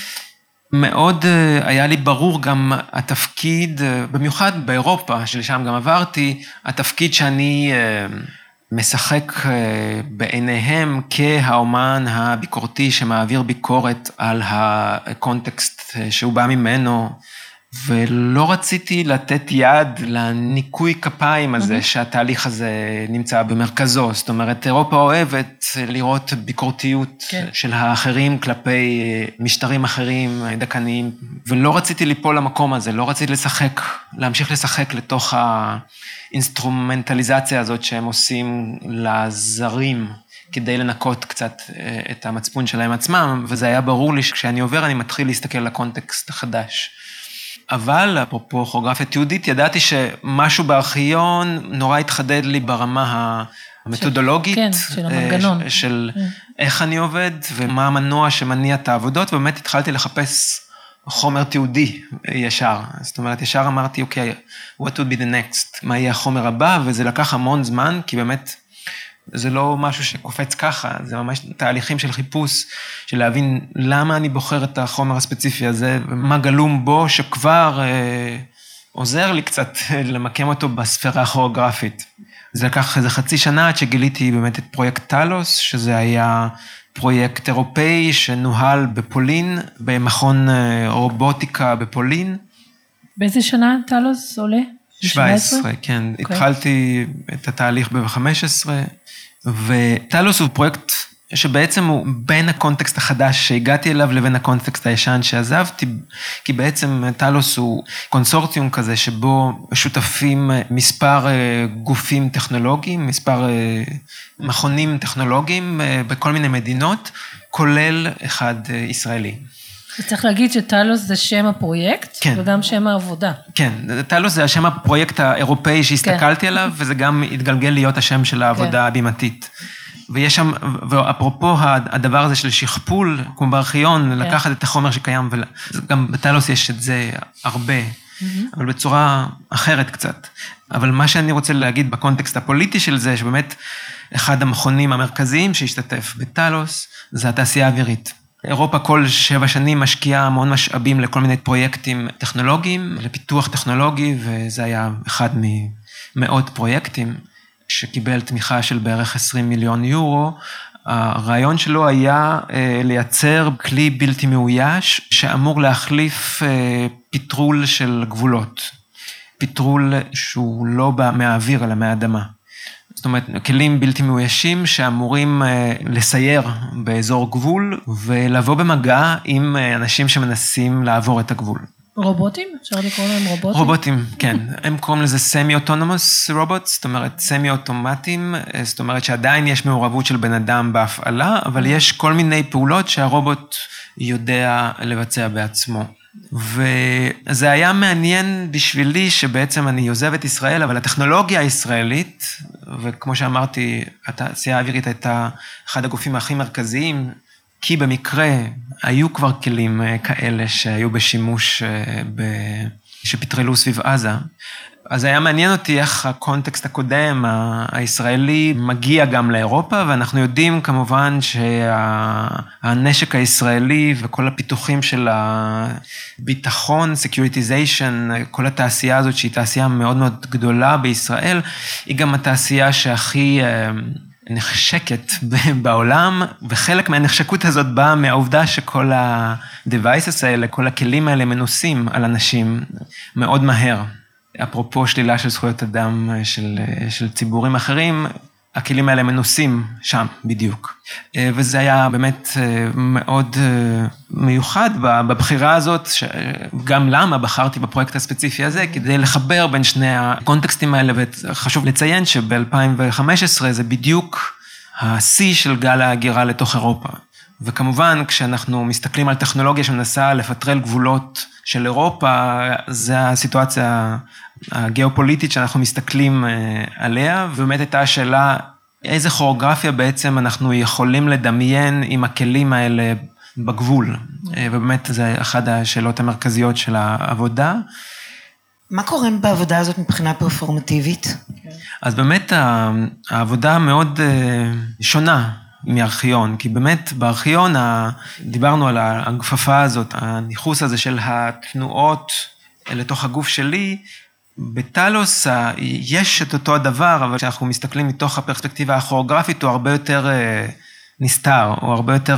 Speaker 5: מאוד היה לי ברור גם התפקיד, במיוחד באירופה, שלשם גם עברתי, התפקיד שאני משחק בעיניהם כהאומן הביקורתי שמעביר ביקורת על הקונטקסט שהוא בא ממנו, ולא רציתי לתת יד לניקוי כפיים הזה, שהתהליך הזה נמצא במרכזו. זאת אומרת, אירופה אוהבת לראות ביקורתיות כן. של האחרים כלפי משטרים אחרים, דקניים, ולא רציתי ליפול למקום הזה, לא רציתי לשחק, להמשיך לשחק לתוך האינסטרומנטליזציה הזאת שהם עושים לזרים, כדי לנקות קצת את המצפון שלהם עצמם, וזה היה ברור לי שכשאני עובר אני מתחיל להסתכל לקונטקסט החדש. אבל, אפרופו כוריאוגרפיה תיעודית, ידעתי שמשהו בארכיון נורא התחדד לי ברמה המתודולוגית.
Speaker 1: כן, של המנגנון.
Speaker 5: של איך אני עובד, ומה המנוע שמניע את העבודות, ובאמת התחלתי לחפש חומר תיעודי ישר. זאת אומרת, ישר אמרתי, אוקיי, what would be the next? מה יהיה החומר הבא? וזה לקח המון זמן, כי באמת זה לא משהו שקופץ ככה, זה ממש תהליכים של חיפוש, של להבין למה אני בוחר את החומר הספציפי הזה, ומה גלום בו שכבר אה, עוזר לי קצת למקם אותו בספירה הכוריאוגרפית. זה לקח איזה חצי שנה עד שגיליתי באמת את פרויקט טלוס, שזה היה פרויקט אירופאי שנוהל בפולין, במכון רובוטיקה בפולין.
Speaker 1: באיזה שנה טלוס עולה?
Speaker 5: שבע עשרה, כן. Okay. התחלתי את התהליך ב-חמש עשרה, וטלוס הוא פרויקט שבעצם הוא בין הקונטקסט החדש שהגעתי אליו לבין הקונטקסט הישן שעזבתי, כי בעצם טלוס הוא קונסורטיום כזה שבו שותפים מספר גופים טכנולוגיים, מספר מכונים טכנולוגיים בכל מיני מדינות, כולל אחד ישראלי.
Speaker 1: צריך להגיד שטלוס זה שם הפרויקט, כן. וגם שם העבודה.
Speaker 5: כן, טלוס זה השם הפרויקט האירופאי שהסתכלתי כן. עליו, וזה גם התגלגל להיות השם של העבודה כן. הבימתית. ויש שם, ואפרופו הדבר הזה של שכפול, כמו בארכיון, כן. לקחת את החומר שקיים, וגם בטלוס יש את זה הרבה, mm-hmm. אבל בצורה אחרת קצת. אבל מה שאני רוצה להגיד בקונטקסט הפוליטי של זה, שבאמת אחד המכונים המרכזיים שהשתתף בטלוס, זה התעשייה האווירית. אירופה כל שבע שנים משקיעה המון משאבים לכל מיני פרויקטים טכנולוגיים, לפיתוח טכנולוגי, וזה היה אחד ממאות פרויקטים, שקיבל תמיכה של בערך עשרים מיליון יורו. הרעיון שלו היה לייצר כלי בלתי מאויש, שאמור להחליף פטרול של גבולות. פטרול שהוא לא בא מהאוויר, אלא מהאדמה. זאת אומרת, כלים בלתי מאוישים שאמורים לסייר באזור גבול, ולבוא במגע עם אנשים שמנסים לעבור את הגבול.
Speaker 1: רובוטים? אפשר לקרוא להם רובוטים?
Speaker 5: רובוטים, כן. הם קוראים לזה סמי-אוטונומוס רובוט, זאת אומרת, סמי-אוטומטיים, זאת אומרת שעדיין יש מעורבות של בן אדם בהפעלה, אבל יש כל מיני פעולות שהרובוט יודע לבצע בעצמו. וזה היה מעניין בשבילי שבעצם אני עוזב את ישראל, אבל הטכנולוגיה הישראלית, וכמו שאמרתי, התעשייה האווירית הייתה אחד הגופים הכי מרכזיים, כי במקרה היו כבר כלים כאלה שהיו בשימוש, שפטרלו סביב עזה. אז היה מעניין אותי איך הקונטקסט הקודם, הישראלי, מגיע גם לאירופה, ואנחנו יודעים כמובן שהנשק הישראלי וכל הפיתוחים של הביטחון, securitization, כל התעשייה הזאת שהיא תעשייה מאוד מאוד גדולה בישראל, היא גם התעשייה שהכי נחשקת בעולם, וחלק מהנחשקות הזאת באה מהעובדה שכל ה-devices האלה, כל הכלים האלה מנוסים על אנשים מאוד מהר. אפרופו שלילה של זכויות אדם של, של ציבורים אחרים, הכלים האלה מנוסים שם בדיוק. וזה היה באמת מאוד מיוחד בבחירה הזאת, גם למה בחרתי בפרויקט הספציפי הזה, כדי לחבר בין שני הקונטקסטים האלה, וחשוב לציין שב-אלפיים וחמש עשרה זה בדיוק השיא של גל ההגירה לתוך אירופה. וכמובן, כשאנחנו מסתכלים על טכנולוגיה שמנסה לפטרל גבולות של אירופה, זה הסיטואציה הגיאופוליטית שאנחנו מסתכלים עליה, ובאמת הייתה השאלה, איזה כוריאוגרפיה בעצם אנחנו יכולים לדמיין עם הכלים האלה בגבול, ובאמת זה אחת השאלות המרכזיות של העבודה.
Speaker 4: מה קורה בעבודה הזאת מבחינה פרפורמטיבית?
Speaker 5: אז באמת העבודה מאוד שונה מארכיון, כי באמת בארכיון דיברנו על הגפפה הזאת, הניחוס הזה של התנועות לתוך הגוף שלי, בטלוס יש את אותו הדבר, אבל כשאנחנו מסתכלים מתוך הפרספקטיבה הכוריאוגרפית, הוא הרבה יותר נסתר, הוא הרבה יותר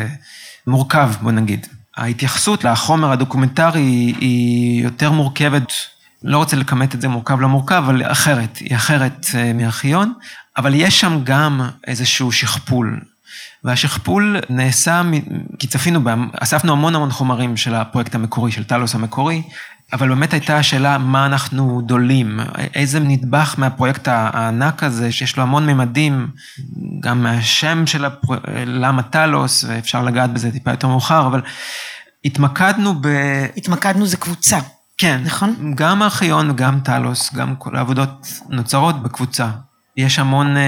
Speaker 5: מורכב, בוא נגיד. ההתייחסות לחומר הדוקומנטרי היא יותר מורכבת, לא רוצה לקמת את זה מורכב לא מורכב, אבל אחרת, היא אחרת מארכיון, אבל יש שם גם איזשהו שכפול, והשכפול נעשה, כי צפינו בהם, אספנו המון המון חומרים של הפרויקט המקורי, של טלוס המקורי, אבל באמת הייתה השאלה מה אנחנו דולים, איזה נדבך מהפרויקט הענק הזה, שיש לו המון ממדים, גם מהשם של הפרויקט, למה טלוס, ואפשר לגעת בזה טיפה יותר מאוחר, אבל התמקדנו ב...
Speaker 4: התמקדנו זה קבוצה.
Speaker 5: כן,
Speaker 4: נכון?
Speaker 5: גם הארכיון וגם טלוס, גם כל העבודות נוצרות בקבוצה. יש המון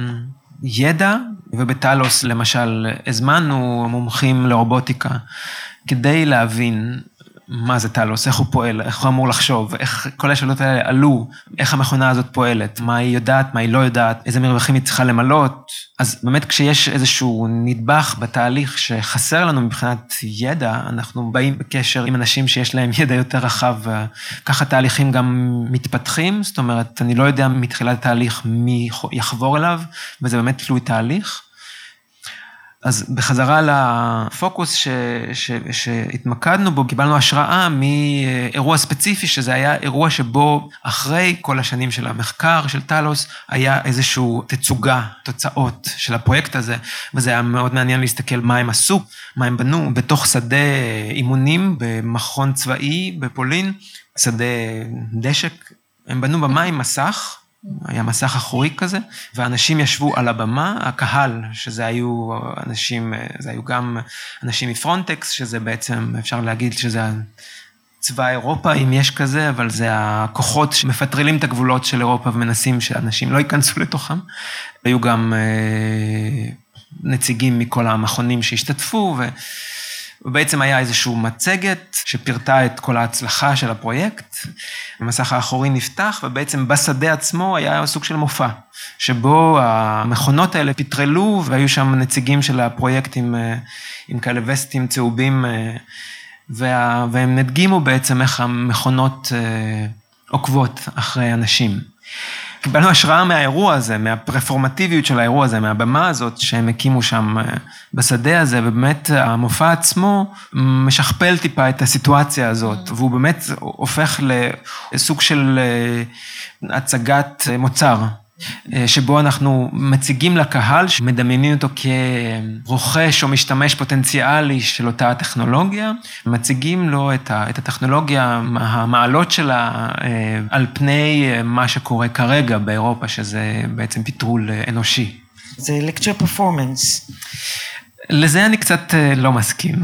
Speaker 5: ידע, ובטלוס למשל הזמנו מומחים לרובוטיקה, כדי להבין מה זה טלוס, איך הוא פועל, איך הוא אמור לחשוב, איך כל השאלות האלה עלו, איך המכונה הזאת פועלת, מה היא יודעת, מה היא לא יודעת, איזה מרווחים היא צריכה למלות. אז באמת כשיש איזשהו נדבך בתהליך שחסר לנו מבחינת ידע, אנחנו באים בקשר עם אנשים שיש להם ידע יותר רחב, וככה תהליכים גם מתפתחים, זאת אומרת, אני לא יודע מתחילת התהליך מי יחבור אליו, וזה באמת תלוי תהליך. אז בחזרה לפוקוס ש, ש, שהתמקדנו בו, קיבלנו השראה מאירוע ספציפי, שזה היה אירוע שבו אחרי כל השנים של המחקר של טלוס, היה איזשהו תצוגה, תוצאות של הפרויקט הזה, וזה היה מאוד מעניין להסתכל מה הם עשו, מה הם בנו, בתוך שדה אימונים, במכון צבאי, בפולין, שדה דשק, הם בנו במים מסך, היה מסך אחורי כזה, ואנשים ישבו על הבמה, הקהל, שזה היו אנשים, זה היו גם אנשים מפרונטקס, שזה בעצם, אפשר להגיד שזה צבא אירופה, אם יש כזה, אבל זה הכוחות שמפטרלים את הגבולות של אירופה, ומנסים שאנשים לא ייכנסו לתוכם. היו גם נציגים מכל המכונים שהשתתפו, ו... ובעצם היה איזשהו מצגת שפרטה את כל ההצלחה של הפרויקט, המסך האחורי נפתח, ובעצם בשדה עצמו היה סוג של מופע, שבו המכונות האלה פטרלו, והיו שם נציגים של הפרויקט עם, עם כאלה וסטים צהובים, וה, והם נדגימו בעצם איך המכונות עוקבות אחרי אנשים. קיבלנו השראה מהאירוע הזה, מהפרפורמטיביות של האירוע הזה, מהבמה הזאת שהם הקימו שם בשדה הזה, ובאמת המופע עצמו משכפל טיפה את הסיטואציה הזאת, והוא באמת הופך לסוג של הצגת מוצר, שבו אנחנו מציגים לקהל, שמדמיינים אותו כרוכש או משתמש פוטנציאלי של אותה הטכנולוגיה, מציגים לו את הטכנולוגיה, המעלות שלה, על פני מה שקורה כרגע באירופה, שזה בעצם פטרול אנושי.
Speaker 4: זה lecture performance.
Speaker 5: לזה אני קצת לא מסכים.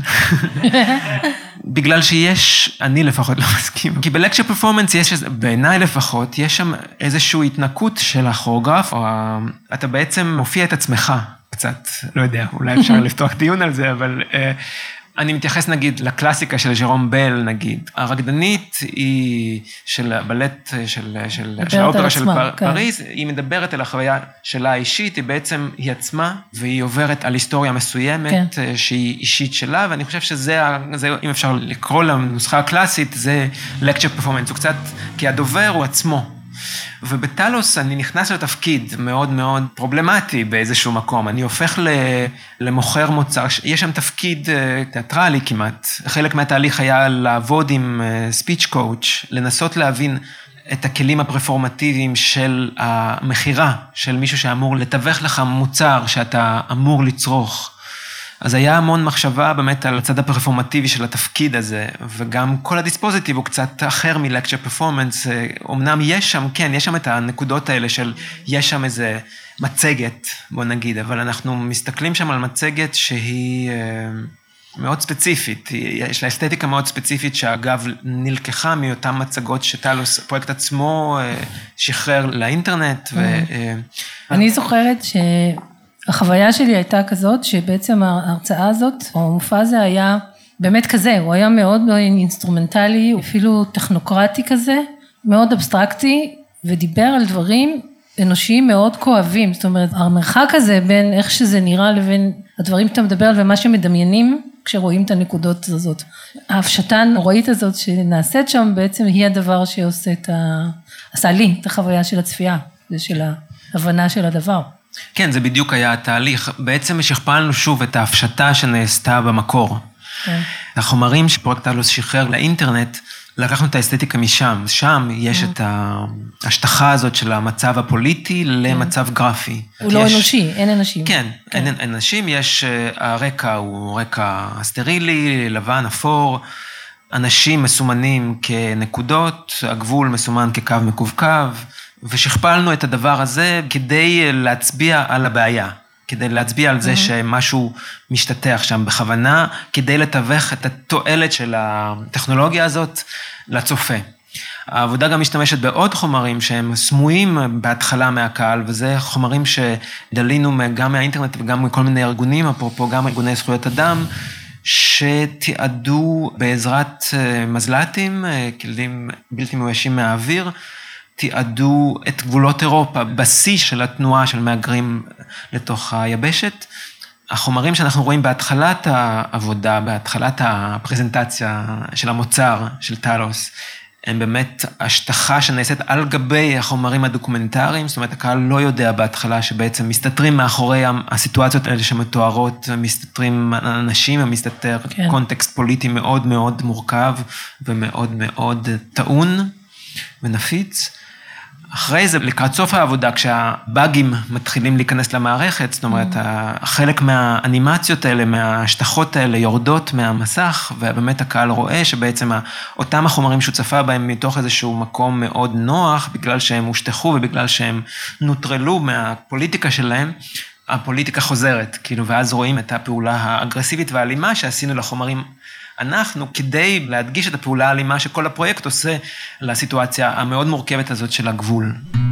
Speaker 5: בגלל שיש, אני לפחות לא מסכים. כי בלקצ'ר פרפורמנס יש, בעיניי לפחות, יש שם איזושהי התנקות של הכוריאוגרף, או אתה בעצם מופיע את עצמך קצת, לא יודע, אולי אפשר לפתוח דיון על זה, אבל אני מתייחס נגיד לקלאסיקה של ז'רום בל, נגיד. הרקדנית היא של הבלט של, של, של האופרה של פר, כן. פריז, היא מדברת על החוויה שלה האישית, היא בעצם, היא עצמה, והיא עוברת על היסטוריה מסוימת, כן. שהיא אישית שלה, ואני חושב שזה, זה, אם אפשר לקרוא לנוסחה הקלאסית, זה lecture performance, הוא קצת, כי הדובר הוא עצמו. ובטלוס אני נכנס לתפקיד מאוד מאוד פרובלמטי באיזשהו מקום, אני הופך למוכר מוצר, יש שם תפקיד תיאטרלי כמעט, חלק מהתהליך היה לעבוד עם ספיץ' קואוץ', לנסות להבין את הכלים הפרפורמטיביים של המחירה, של מישהו שאמור לתווך לך מוצר שאתה אמור לצרוך, אז היה המון מחשבה באמת על הצד הפרפורמטיבי של התפקיד הזה, וגם כל הדיספוזיטיב הוא קצת אחר מלקצ'ר פרפורמנס, אמנם יש שם, כן, יש שם את הנקודות האלה של, יש שם איזה מצגת, בוא נגיד, אבל אנחנו מסתכלים שם על מצגת שהיא מאוד ספציפית, יש לה אסתטיקה מאוד ספציפית, שאגב נלקחה מאותן מצגות שטלוס, הפרויקט עצמו, שחרר לאינטרנט. ו...
Speaker 1: אני זוכרת ש... החוויה שלי הייתה כזאת, שבעצם ההרצאה הזאת, או המופע הזה היה באמת כזה, הוא היה מאוד מאוד אינסטרומנטלי, אפילו טכנוקרטי כזה, מאוד אבסטרקטי, ודיבר על דברים אנושיים מאוד כואבים, זאת אומרת, המרחק הזה בין איך שזה נראה לבין הדברים שאתה מדבר ומה שמדמיינים, כשרואים את הנקודות הזאת. ההפשטה הנוראית הזאת שנעשית שם, בעצם היא הדבר שעושה את ה... עשה לי את החוויה של הצפייה, ושל ההבנה של הדבר.
Speaker 5: כן, זה בדיוק היה התהליך. בעצם שכפלנו שוב את ההפשטה שנעשתה במקור. כן. החומרים שפרויקט טלוס שחרר לאינטרנט, לקחנו את האסתטיקה משם. שם יש את ההשטחה הזאת של המצב הפוליטי למצב גרפי.
Speaker 1: הוא לא אנושי, אין אנשים.
Speaker 5: כן, אין אנשים, יש, הרקע הוא רקע סטרילי, לבן, אפור, אנשים מסומנים כנקודות, הגבול מסומן כקו מקווקו, ושכפלנו את הדבר הזה כדי להצביע על הבעיה, כדי להצביע על זה שמשהו משתתח שם בכוונה, כדי לתווך את התועלת של הטכנולוגיה הזאת לצופה. העבודה גם משתמשת בעוד חומרים שהם סמויים בהתחלה מהקהל, וזה חומרים שדלינו גם מהאינטרנט וגם מכל מיני ארגונים, אפרופו גם ארגוני זכויות אדם, שתיעדו בעזרת מזל"טים, כלים בלתי מאוישים מהאוויר, תיעדו את גבולות אירופה, בשיא של התנועה של מהגרים לתוך היבשת. החומרים שאנחנו רואים בהתחלת העבודה, בהתחלת הפרזנטציה של המוצר, של טלוס, הם באמת השטחה שנעשית על גבי החומרים הדוקומנטריים, זאת אומרת, הקהל לא יודע בהתחלה שבעצם מסתתרים מאחורי הסיטואציות האלה שמתוארות, מסתתרים אנשים, ומסתתר כן. קונטקסט פוליטי מאוד מאוד מורכב, ומאוד מאוד טעון ונפיץ. אחרי זה, לקראת סוף העבודה, כשהבאגים מתחילים להיכנס למערכת, זאת אומרת, חלק מהאנימציות האלה, מהשטחות האלה, יורדות מהמסך, ובאמת הקהל רואה שבעצם אותם החומרים שהוא צפה בהם מתוך איזשהו מקום מאוד נוח, בגלל שהם הושטחו ובגלל שהם נוטרלו מהפוליטיקה שלהם, הפוליטיקה חוזרת, כאילו, ואז רואים את הפעולה האגרסיבית והאלימה שעשינו לחומרים אנחנו, כדי להדגיש את הפעולה האלימה שכל הפרויקט עושה לסיטואציה המאוד מורכבת הזאת של הגבול.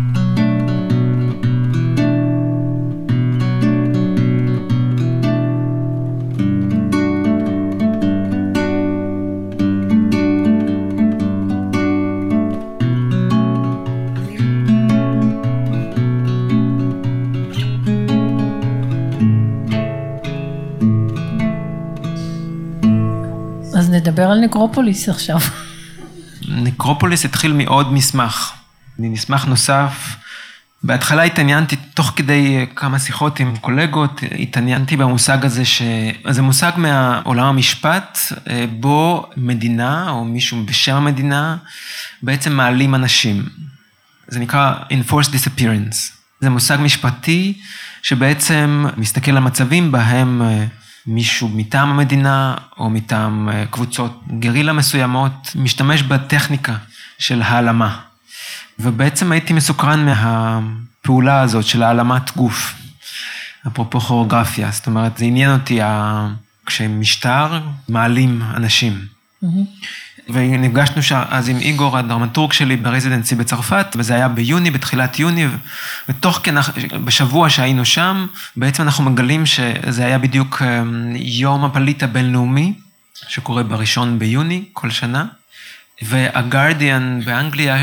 Speaker 1: נדבר על נקרופוליס עכשיו.
Speaker 5: נקרופוליס התחיל מעוד מסמך. מסמך נוסף. בהתחלה התעניינתי, תוך כדי כמה שיחות עם קולגות, התעניינתי במושג הזה, שזה מושג מהעולם המשפט, בו מדינה, או מישהו בשם המדינה, בעצם מעלים אנשים. זה נקרא enforced disappearance. זה מושג משפטי, שבעצם מסתכל על מצבים בהם מישהו מטעם המדינה, או מטעם קבוצות גרילה מסוימות, משתמש בטכניקה של העלמה. ובעצם הייתי מסוקרן מהפעולה הזאת של העלמת גוף, אפרופו כוריאוגרפיה, זאת אומרת, זה עניין אותי כשמשטר מעלים אנשים. Mm-hmm. ונפגשנו אז עם איגור, הדרמטורג שלי ברזידנסי בצרפת, וזה היה ביוני, בתחילת יוני, ותוך כן, בשבוע שהיינו שם, בעצם אנחנו מגלים שזה היה בדיוק יום הפליט הבינלאומי, שקורה בראשון ביוני כל שנה, והגרדיאן באנגליה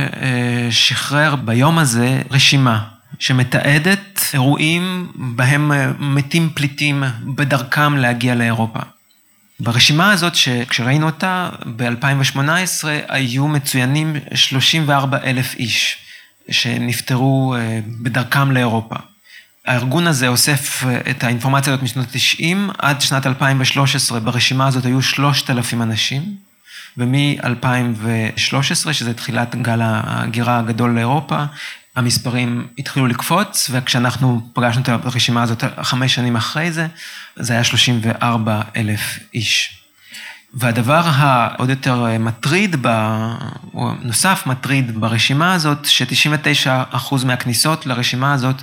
Speaker 5: שחרר ביום הזה רשימה, שמתעדת אירועים בהם מתים פליטים בדרכם להגיע לאירופה. ברשימה הזאת, שכשראינו אותה, ב-אלפיים שמונה עשרה היו מצוינים שלושים וארבעה אלף איש, שנפטרו בדרכם לאירופה. הארגון הזה אוסף את האינפורמציה הזאת משנות ה-תשעים, עד שנת אלפיים ושלוש עשרה ברשימה הזאת היו שלושת אלפים אנשים, ומ-אלפיים ושלוש עשרה, שזה תחילת גל ההגירה הגדול לאירופה, המספרים התחילו לקפוץ, וכשאנחנו פגשנו את הרשימה הזאת חמש שנים אחרי זה, זה היה שלושים וארבעה אלף איש. והדבר העוד יותר מטריד, או נוסף מטריד ברשימה הזאת, ש-תשעים ותשעה אחוז מהכניסות לרשימה הזאת,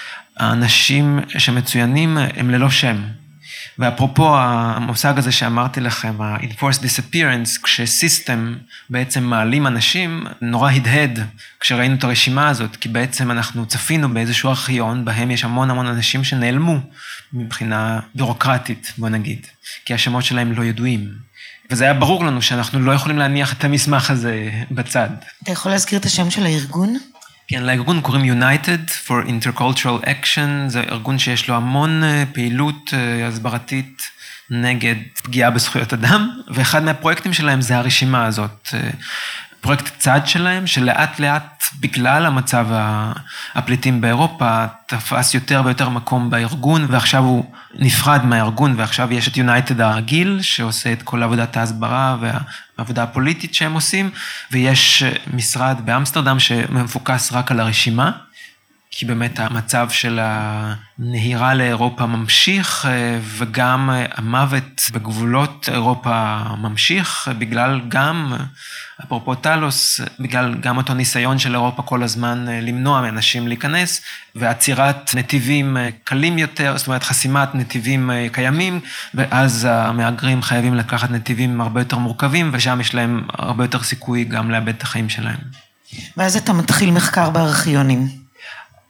Speaker 5: האנשים שמצוינים הם ללא שם. ואפרופו המושג הזה שאמרתי לכם, ה-enforced disappearance, כשסיסטם בעצם מעלים אנשים, נורא הדהד כשראינו את הרשימה הזאת, כי בעצם אנחנו צפינו באיזשהו ארכיון, בהם יש המון המון אנשים שנעלמו מבחינה בירוקרטית, בוא נגיד, כי השמות שלהם לא ידועים. וזה היה ברור לנו שאנחנו לא יכולים להניח את המסמך הזה בצד.
Speaker 4: אתה יכול להזכיר את השם של הארגון?
Speaker 5: כן, לארגון קוראים United for Intercultural Action, זה ארגון שיש לו המון פעילות הסברתית נגד פגיעה בזכויות אדם, ואחד מהפרויקטים שלהם זה הרשימה הזאת, פרויקט צד שלהם, שלאט לאט בגלל המצב הפליטים באירופה, תפס יותר ויותר מקום בארגון, ועכשיו הוא נפרד מהארגון, ועכשיו יש את United הרגיל, שעושה את כל עבודת ההסברה והעבודה הפוליטית שהם עושים, ויש משרד באמסטרדם שמפוקס רק על הרשימה, כי באמת המצב של הנהירה לאירופה ממשיך, וגם המוות בגבולות אירופה ממשיך, בגלל גם, אפרופו טלוס, בגלל גם אותו ניסיון של אירופה כל הזמן למנוע מאנשים להיכנס, ועצירת נתיבים קלים יותר, זאת אומרת חסימת נתיבים קיימים, ואז המהגרים חייבים לקחת נתיבים הרבה יותר מורכבים, ושם יש להם הרבה יותר סיכוי גם לאבד את החיים שלהם.
Speaker 4: ואז אתה מתחיל מחקר בארכיונים.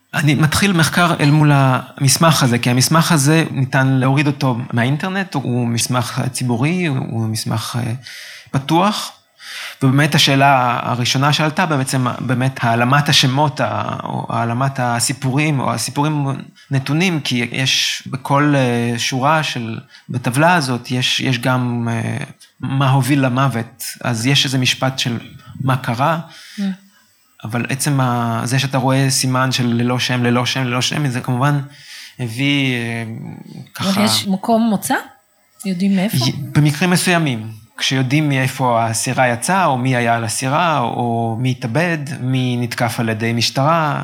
Speaker 5: אני מתחיל מחקר אל מול המסמך הזה, כי המסמך הזה ניתן להוריד אותו מהאינטרנט, הוא מסמך ציבורי, הוא מסמך פתוח, ובאמת השאלה הראשונה שעלתה, בעצם באמת העלמת השמות, או העלמת הסיפורים, או הסיפורים נתונים, כי יש בכל שורה של, בטבלה הזאת, יש, יש גם מה הוביל למוות, אז יש איזה משפט של מה קרה, אבל עצם זה שאתה רואה סימן של ללא שם, ללא שם, ללא שם, זה כמובן הביא ככה...
Speaker 1: אבל יש מקום מוצא? יודעים מאיפה?
Speaker 5: במקרים מסוימים. כשיודעים מאיפה הסירה יצאה, או מי היה על הסירה, או מי התאבד, מי נתקף על ידי משטרה.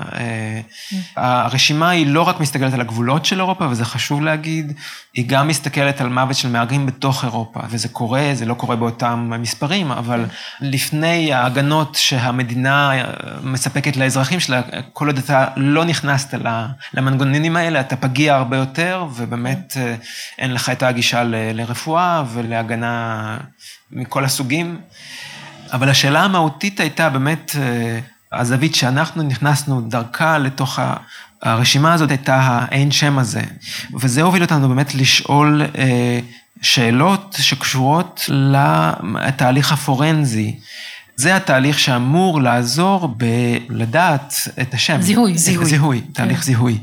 Speaker 5: הרשימה היא לא רק מסתכלת על הגבולות של אירופה, וזה חשוב להגיד, היא גם מסתכלת על מוות של מהגרים בתוך אירופה, וזה קורה, זה לא קורה באותם מספרים, אבל לפני ההגנות שהמדינה מספקת לאזרחים שלה, כל עוד אתה לא נכנסת למנגנונים האלה, אתה פגיע הרבה יותר, ובאמת אין לך את הגישה לרפואה ולהגנה מכל הסוגים. אבל השאלה המהותית הייתה באמת, הזווית שאנחנו נכנסנו דרכה לתוך הרשימה הזאת, הייתה האין שם הזה. וזה הוביל אותנו באמת לשאול שאלות שקשורות לתהליך הפורנזי. זה התהליך שאמור לעזור בלדעת את השם.
Speaker 1: זיהוי. זיהוי.
Speaker 5: זיהוי, תהליך זיהוי.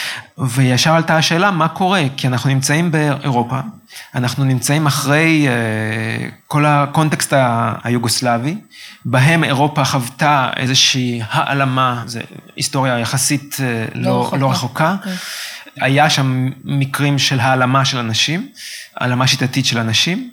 Speaker 5: וישר עלתה השאלה, מה קורה? כי אנחנו נמצאים באירופה, אנחנו נמצאים אחרי uh, כל הקונטקסט היוגוסלבי, בהם אירופה חוותה איזושהי העלמה, זו היסטוריה יחסית uh, לא, לא רחוקה. לא רחוקה. Okay. היה שם מקרים של העלמה של אנשים, העלמה שיטתית של אנשים,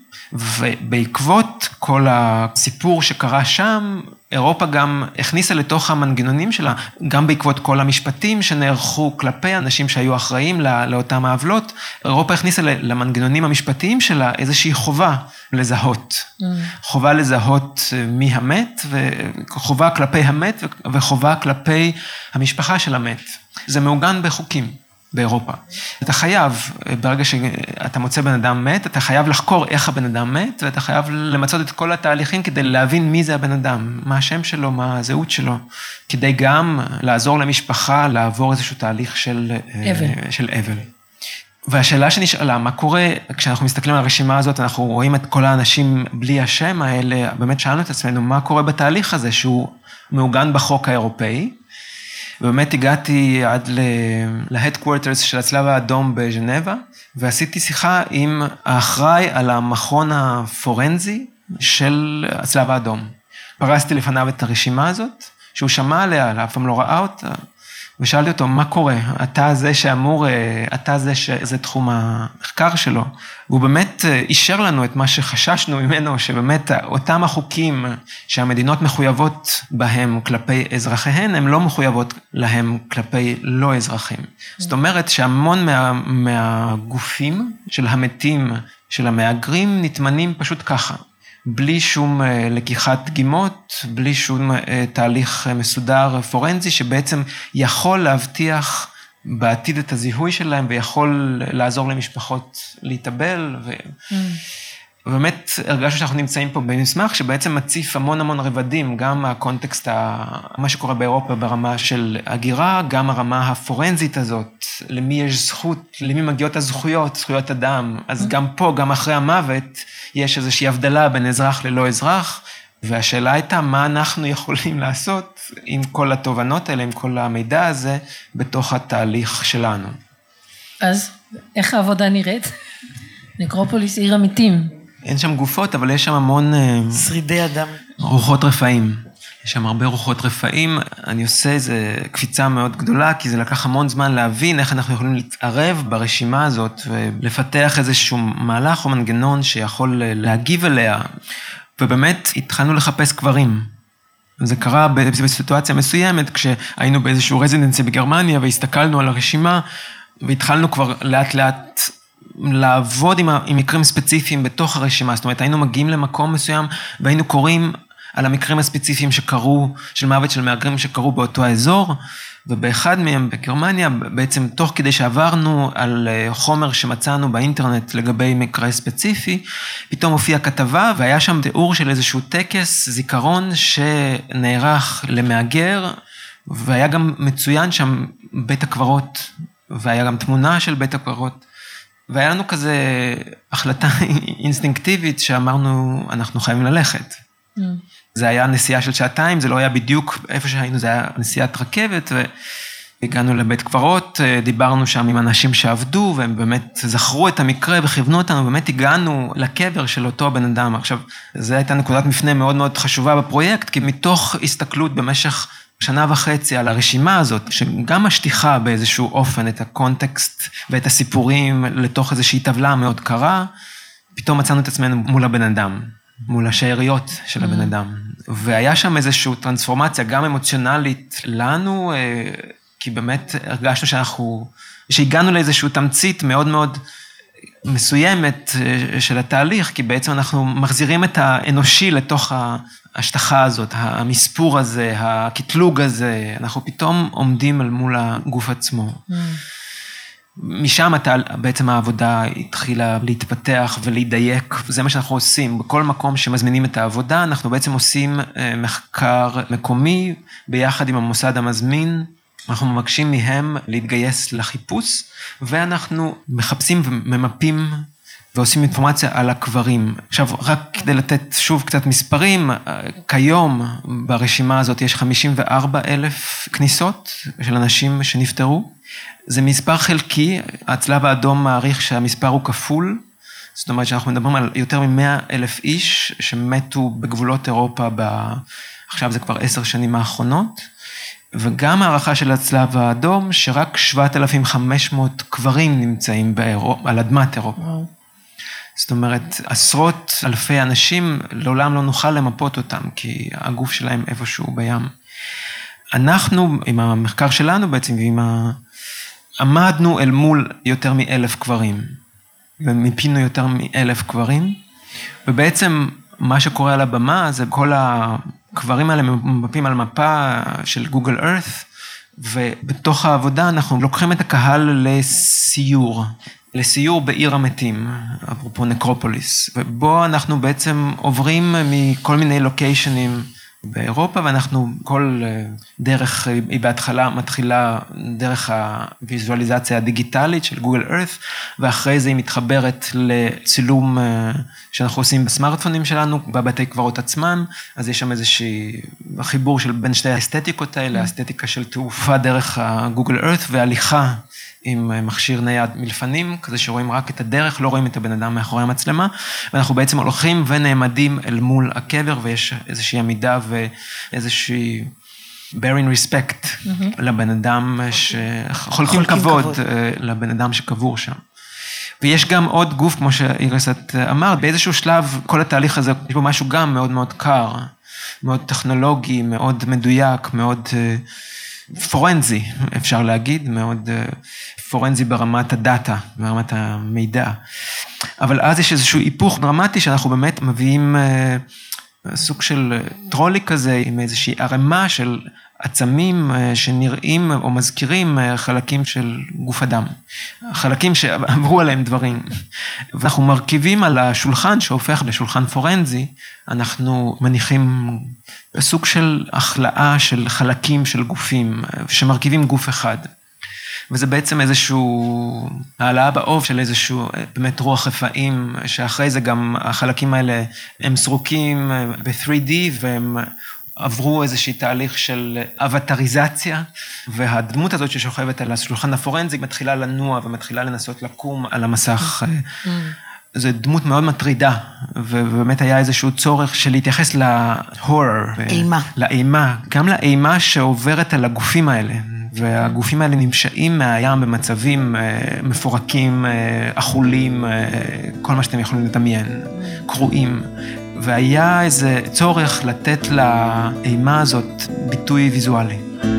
Speaker 5: ובעקבות כל הסיפור שקרה שם, אירופה גם הכניסה לתוך המנגנונים שלה, גם בעקבות כל המשפטים שנערכו כלפי אנשים שהיו אחראים לאותם העוולות, אירופה הכניסה למנגנונים המשפטיים שלה איזושהי חובה לזהות. Mm. חובה לזהות מי המת, וחובה כלפי המת, וחובה כלפי המשפחה של המת. זה מעוגן בחוקים. באירופה. אתה חייב, ברגע שאתה מוצא בן אדם מת, אתה חייב לחקור איך הבן אדם מת, ואתה חייב למצות את כל התהליכים כדי להבין מי זה הבן אדם, מה השם שלו, מה הזהות שלו, כדי גם לעזור למשפחה לעבור איזשהו תהליך של אבל. של אבל. והשאלה שנשאלה, מה קורה, כשאנחנו מסתכלים על הרשימה הזאת, אנחנו רואים את כל האנשים בלי השם האלה, באמת שאלנו את עצמנו, מה קורה בתהליך הזה, שהוא מעוגן בחוק האירופאי, ובאמת הגעתי עד ל-headquarters של הצלב האדום בז'נבה, ועשיתי שיחה עם האחראי על המכון הפורנזי של הצלב האדום. פרסתי לפניו את הרשימה הזאת, שהוא שמע עליה, אף פעם לא ראה אותה, ושאלתי אותו, מה קורה? אתה זה שאמור, אתה זה שזה תחום המחקר שלו. והוא באמת אישר לנו את מה שחששנו ממנו, שבאמת אותם החוקים שהמדינות מחויבות בהם כלפי אזרחיהן, הן לא מחויבות להם כלפי לא אזרחים. זאת אומרת שהמון מה, מהגופים של המתים, של המהגרים, נתמנים פשוט ככה. בלי שום לקיחת דגימות, בלי שום תהליך מסודר פורנזי, שבעצם יכול להבטיח בעתיד את הזיהוי שלהם, ויכול לעזור למשפחות להתאבל, ו... Mm. ובאמת הרגשנו שאנחנו נמצאים פה במסמך, שבעצם מציף המון המון רבדים, גם הקונטקסט, מה שקורה באירופה ברמה של הגירה, גם הרמה הפורנזית הזאת, למי יש זכות, למי מגיעות הזכויות, זכויות אדם, אז גם פה, גם אחרי המוות, יש איזושהי הבדלה בין אזרח ללא אזרח, והשאלה הייתה מה אנחנו יכולים לעשות עם כל התובנות האלה, עם כל המידע הזה, בתוך התהליך שלנו.
Speaker 1: אז איך העבודה נראית? נקרופוליס עיר המתים.
Speaker 5: אין שם גופות, אבל יש שם המון...
Speaker 4: שרידי אדם.
Speaker 5: רוחות רפאים. יש שם הרבה רוחות רפאים. אני עושה איזו קפיצה מאוד גדולה, כי זה לקח המון זמן להבין איך אנחנו יכולים להתערב ברשימה הזאת, ולפתח איזשהו מהלך או מנגנון שיכול להגיב אליה. ובאמת התחלנו לחפש קברים. זה קרה בסיטואציה מסוימת, כשהיינו באיזשהו רזידנסי בגרמניה, והסתכלנו על הרשימה, והתחלנו כבר לאט לאט לעבוד עם, עם מקרים ספציפיים בתוך הרשימה. זאת אומרת, היינו מגיעים למקום מסוים, והיינו קוראים על המקרים הספציפיים שקרו, של מוות של מהגרים שקרו באותו האזור, ובאחד מהם בגרמניה, בעצם תוך כדי שעברנו על חומר שמצאנו באינטרנט לגבי מקרה ספציפי, פתאום הופיעה כתבה, והיה שם תיאור של איזשהו טקס זיכרון שנערך למהגר, והיה גם מצוין שם בית הקברות, והיה גם תמונה של בית הקברות, והיה לנו כזה החלטה אינסטינקטיבית שאמרנו, אנחנו חייבים ללכת. Mm. זה היה נסיעה של שעתיים, זה לא היה בדיוק איפה שהיינו, זה היה נסיעת רכבת, והגענו לבית קברות, דיברנו שם עם אנשים שעבדו, והם באמת זכרו את המקרה וכיוונו אותנו, באמת הגענו לקבר של אותו הבן אדם. עכשיו, זו הייתה נקודת מפנה מאוד מאוד חשובה בפרויקט, כי מתוך הסתכלות במשך שנה וחצי על הרשימה הזאת, שגם משטיחה באיזשהו אופן את הקונטקסט ואת הסיפורים לתוך איזושהי טבלה מאוד קרה, פתאום מצאנו את עצמנו מול הבן אדם, מול השאריות של הבן אדם. והיה שם איזושהי טרנספורמציה, גם אמוציונלית לנו, כי באמת הרגשנו שאנחנו, שהגענו לאיזשהו תמצית מאוד מאוד מסוימת של התהליך, כי בעצם אנחנו מחזירים את האנושי לתוך ההשטחה הזאת, המספור הזה, הקטלוג הזה, אנחנו פתאום עומדים על מול הגוף עצמו. Mm. משם בעצם העבודה התחילה להתפתח ולהידייק, זה מה שאנחנו עושים, בכל מקום שמזמינים את העבודה, אנחנו בעצם עושים מחקר מקומי, ביחד עם המוסד המזמין, אנחנו מבקשים מהם להתגייס לחיפוש, ואנחנו מחפשים וממפים ועושים אינפורמציה על הקברים. עכשיו, רק כדי לתת שוב קצת מספרים, כיום ברשימה הזאת יש חמישים וארבע אלף כניסות של אנשים שנפטרו. זה מספר חלקי, הצלב האדום מעריך שהמספר הוא כפול, זאת אומרת שאנחנו מדברים על יותר מ-מאה אלף איש שמתו בגבולות אירופה, ב... עכשיו זה כבר עשר שנים האחרונות, וגם הערכה של הצלב האדום, שרק שבעת אלפים וחמש מאות קברים נמצאים באירופ... על אדמת אירופה. וואו. זאת אומרת, עשרות אלפי אנשים, לעולם לא נוכל למפות אותם, כי הגוף שלהם איפשהו בים. אנחנו, עם המחקר שלנו בעצם, ועם ה... עמדנו אל מול יותר מאלף קברים, ומיפינו יותר מאלף קברים, ובעצם מה שקורה על הבמה, זה כל הקברים האלה מפים על מפה של גוגל ארת, ובתוך העבודה אנחנו לוקחים את הקהל לסיור, לסיור בעיר המתים, אפרופו נקרופוליס, ובו אנחנו בעצם עוברים מכל מיני לוקיישנים באירופה, ואנחנו כל דרך, היא בהתחלה מתחילה דרך הוויזואליזציה הדיגיטלית של גוגל ארת, ואחרי זה היא מתחברת לצילום שאנחנו עושים בסמארטפונים שלנו, בבתי קברות עצמם, אז יש שם איזושהי חיבור של בין שתי האסתטיקות האלה, האסתטיקה של תעופה דרך הגוגל ארת, והליכה עם מכשיר נייד מלפנים, כזה שרואים רק את הדרך, לא רואים את הבן אדם מאחורי המצלמה, ואנחנו בעצם הולכים ונעמדים אל מול הקבר, ויש איזושהי עמידה ואיזושהי bearing respect mm-hmm. לבן אדם שחולקים כבוד, כבוד לבן אדם שקבור שם. ויש גם עוד גוף, כמו שאיריס את אמרת, באיזשהו שלב, כל התהליך הזה, יש בו משהו גם מאוד מאוד קר, מאוד טכנולוגי, מאוד מדויק, מאוד פורנזי, אפשר להגיד, מאוד פורנזי ברמת הדאטה, ברמת המידע. אבל אז יש איזשהו היפוך דרמטי, שאנחנו באמת מביאים סוג של טרולי כזה, עם איזושהי ערמה של עצמים שנראים או מזכירים חלקים של גוף אדם. חלקים שעברו עליהם דברים. ואנחנו מרכיבים על השולחן שהופך לשולחן פורנזי, אנחנו מניחים סוג של החלאה של חלקים של גופים, שמרכיבים גוף אחד. וזה בעצם איזשהו העלאה באוב של איזשהו באמת רוח רפאים, שאחרי זה גם החלקים האלה הם סרוקים ב-תרי די, והם עברו איזושהי תהליך של אבטריזציה, והדמות הזאת ששוכבת על השולחן הפורנזי מתחילה לנוע ומתחילה לנסות לקום על המסך. זו דמות מאוד מטרידה, ובאמת היה איזשהו צורך של להתייחס להורר.
Speaker 4: אימה.
Speaker 5: לאימה, גם לאימה שעוברת על הגופים האלה. והגופים האלה נמשאים מהים במצבים מפורקים, אכולים, כל מה שאתם יכולים לדמיין, קרועים. והיה איזה צורך לתת לאימה הזאת ביטוי ויזואלי.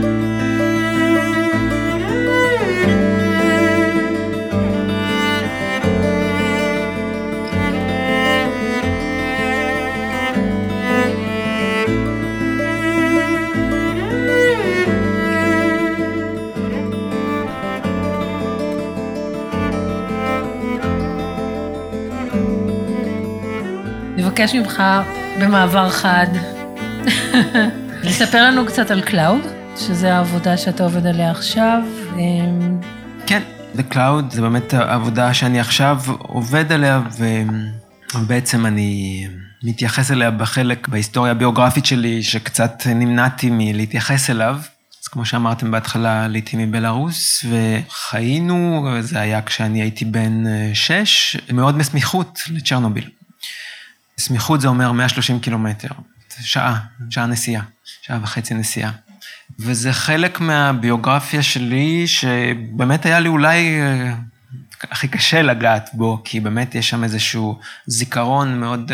Speaker 1: נבקש ממך במעבר חד, לספר לנו קצת על קלאוד. שזה העבודה שאתה עובד עליה עכשיו.
Speaker 5: כן, The Cloud זה באמת העבודה שאני עכשיו עובד עליה, ובעצם אני מתייחס אליה בחלק בהיסטוריה הביוגרפית שלי, שקצת נמנעתי מלהתייחס אליו. אז כמו שאמרתם בהתחלה, עליתי מבלרוס, וחיינו, זה היה כשאני הייתי בן שש, מאוד בסמיכות לצ'רנוביל. סמיכות זה אומר מאה ושלושים קילומטר, שעה, שעה נסיעה, שעה וחצי נסיעה. וזה חלק מהביוגרפיה שלי, שבאמת היה לי אולי הכי קשה לגעת בו, כי באמת יש שם איזשהו זיכרון מאוד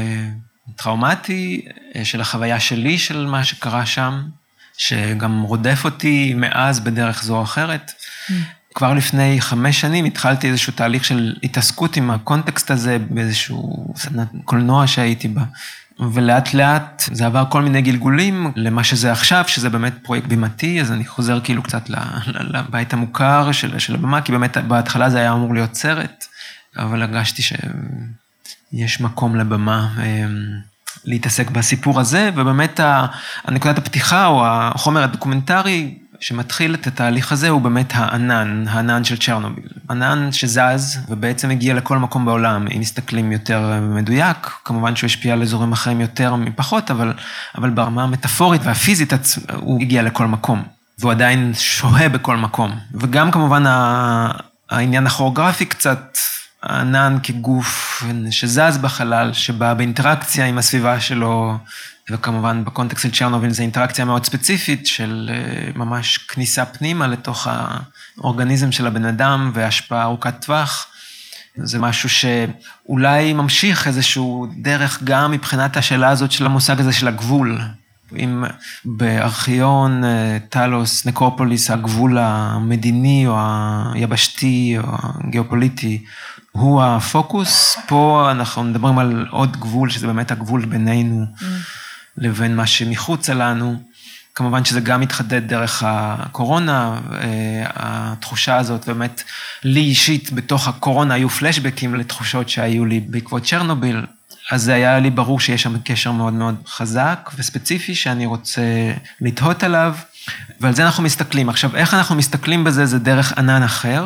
Speaker 5: טראומטי של החוויה שלי, של מה שקרה שם, שגם רודף אותי מאז בדרך זו או אחרת. Mm. כבר לפני חמש שנים התחלתי איזשהו תהליך של התעסקות עם הקונטקסט הזה, באיזשהו סדנת קולנוע שהייתי בה. ולאט לאט זה עבר כל מיני גלגולים למה שזה עכשיו, שזה באמת פרויקט בימתי, אז אני חוזר כאילו קצת לבית המוכר של, של הבמה, כי באמת בהתחלה זה היה אמור להיות סרט, אבל הרגשתי שיש מקום לבמה להתעסק בסיפור הזה, ובאמת הנקודת הפתיחה או החומר הדוקומנטרי שמתחיל את התהליך הזה הוא באמת הענן, הענן של צ'רנוביל. ענן שזז ובעצם הגיע לכל מקום בעולם, אם מסתכלים יותר מדויק, כמובן שהוא השפיע על אזורים אחרים יותר מפחות, אבל, אבל ברמה המטאפורית והפיזית הוא הגיע לכל מקום, והוא עדיין שוהה בכל מקום. וגם כמובן העניין הכוריאוגרפי קצת, הענן כגוף שזז בחלל, שבא באינטראקציה עם הסביבה שלו, וכמובן בקונטקסט של צ'רנוביל זה אינטראקציה מאוד ספציפית של ממש כניסה פנימה לתוך האורגניזם של הבן אדם והשפעה ארוכת טווח. זה משהו שאולי ממשיך איזשהו דרך גם מבחינת השאלה הזאת של המושג הזה של הגבול. אם בארכיון טלוס, נקרופוליס, הגבול המדיני או היבשתי או הגיאופוליטי הוא הפוקוס, פה אנחנו מדברים על עוד גבול, שזה באמת הגבול בינינו mm. לבין מה שמחוץ לנו. כמובן שזה גם מתחדד דרך הקורונה, התחושה הזאת באמת, לי אישית בתוך הקורונה היו פלשבקים לתחושות שהיו לי בעקבות צ'רנוביל, אז זה היה לי ברור שיש שם קשר מאוד מאוד חזק וספציפי שאני רוצה לתהות עליו, ועל זה אנחנו מסתכלים. עכשיו, איך אנחנו מסתכלים בזה? זה דרך ענן אחר,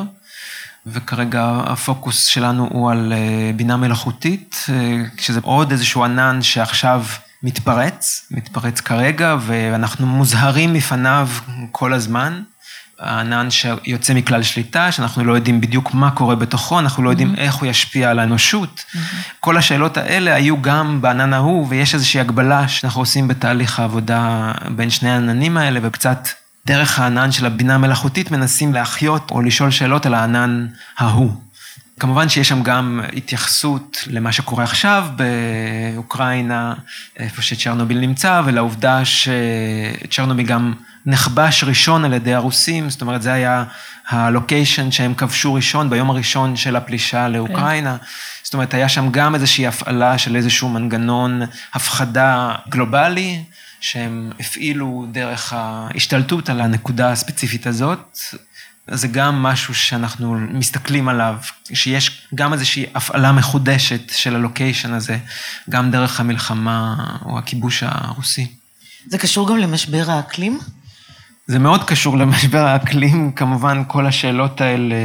Speaker 5: וכרגע הפוקוס שלנו הוא על בינה מלאכותית, שזה עוד איזשהו ענן שעכשיו מתפרץ, מתפרץ כרגע, ואנחנו מוזהרים מפניו כל הזמן, הענן שיוצא מכלל שליטה, שאנחנו לא יודעים בדיוק מה קורה בתוכו, אנחנו לא יודעים איך הוא ישפיע על האנושות. כל השאלות האלה היו גם בענן ההוא, ויש איזושהי הגבלה שאנחנו עושים בתהליך העבודה בין שני העננים האלה, וקצת דרך הענן של הבינה המלאכותית מנסים להחיות או לשאול שאלות על הענן ההוא. כמובן שיש שם גם התייחסות למה שקורה עכשיו באוקראינה, איפה שצ'רנוביל נמצא, ולעובדה שצ'רנוביל גם נכבש ראשון על ידי הרוסים, זאת אומרת, זה היה הלוקיישן שהם כבשו ראשון ביום הראשון של הפלישה לאוקראינה. זאת אומרת, היה שם גם איזושהי הפעלה של איזשהו מנגנון הפחדה גלובלי, שהם הפעילו דרך ההשתלטות על הנקודה הספציפית הזאת. זה גם משהו שאנחנו מסתכלים עליו, שיש גם איזושהי הפעלה מחודשת של הלוקיישן הזה, גם דרך המלחמה או הכיבוש הרוסי.
Speaker 4: זה קשור גם למשבר האקלים?
Speaker 5: זה מאוד קשור למשבר האקלים, כמובן כל השאלות האלה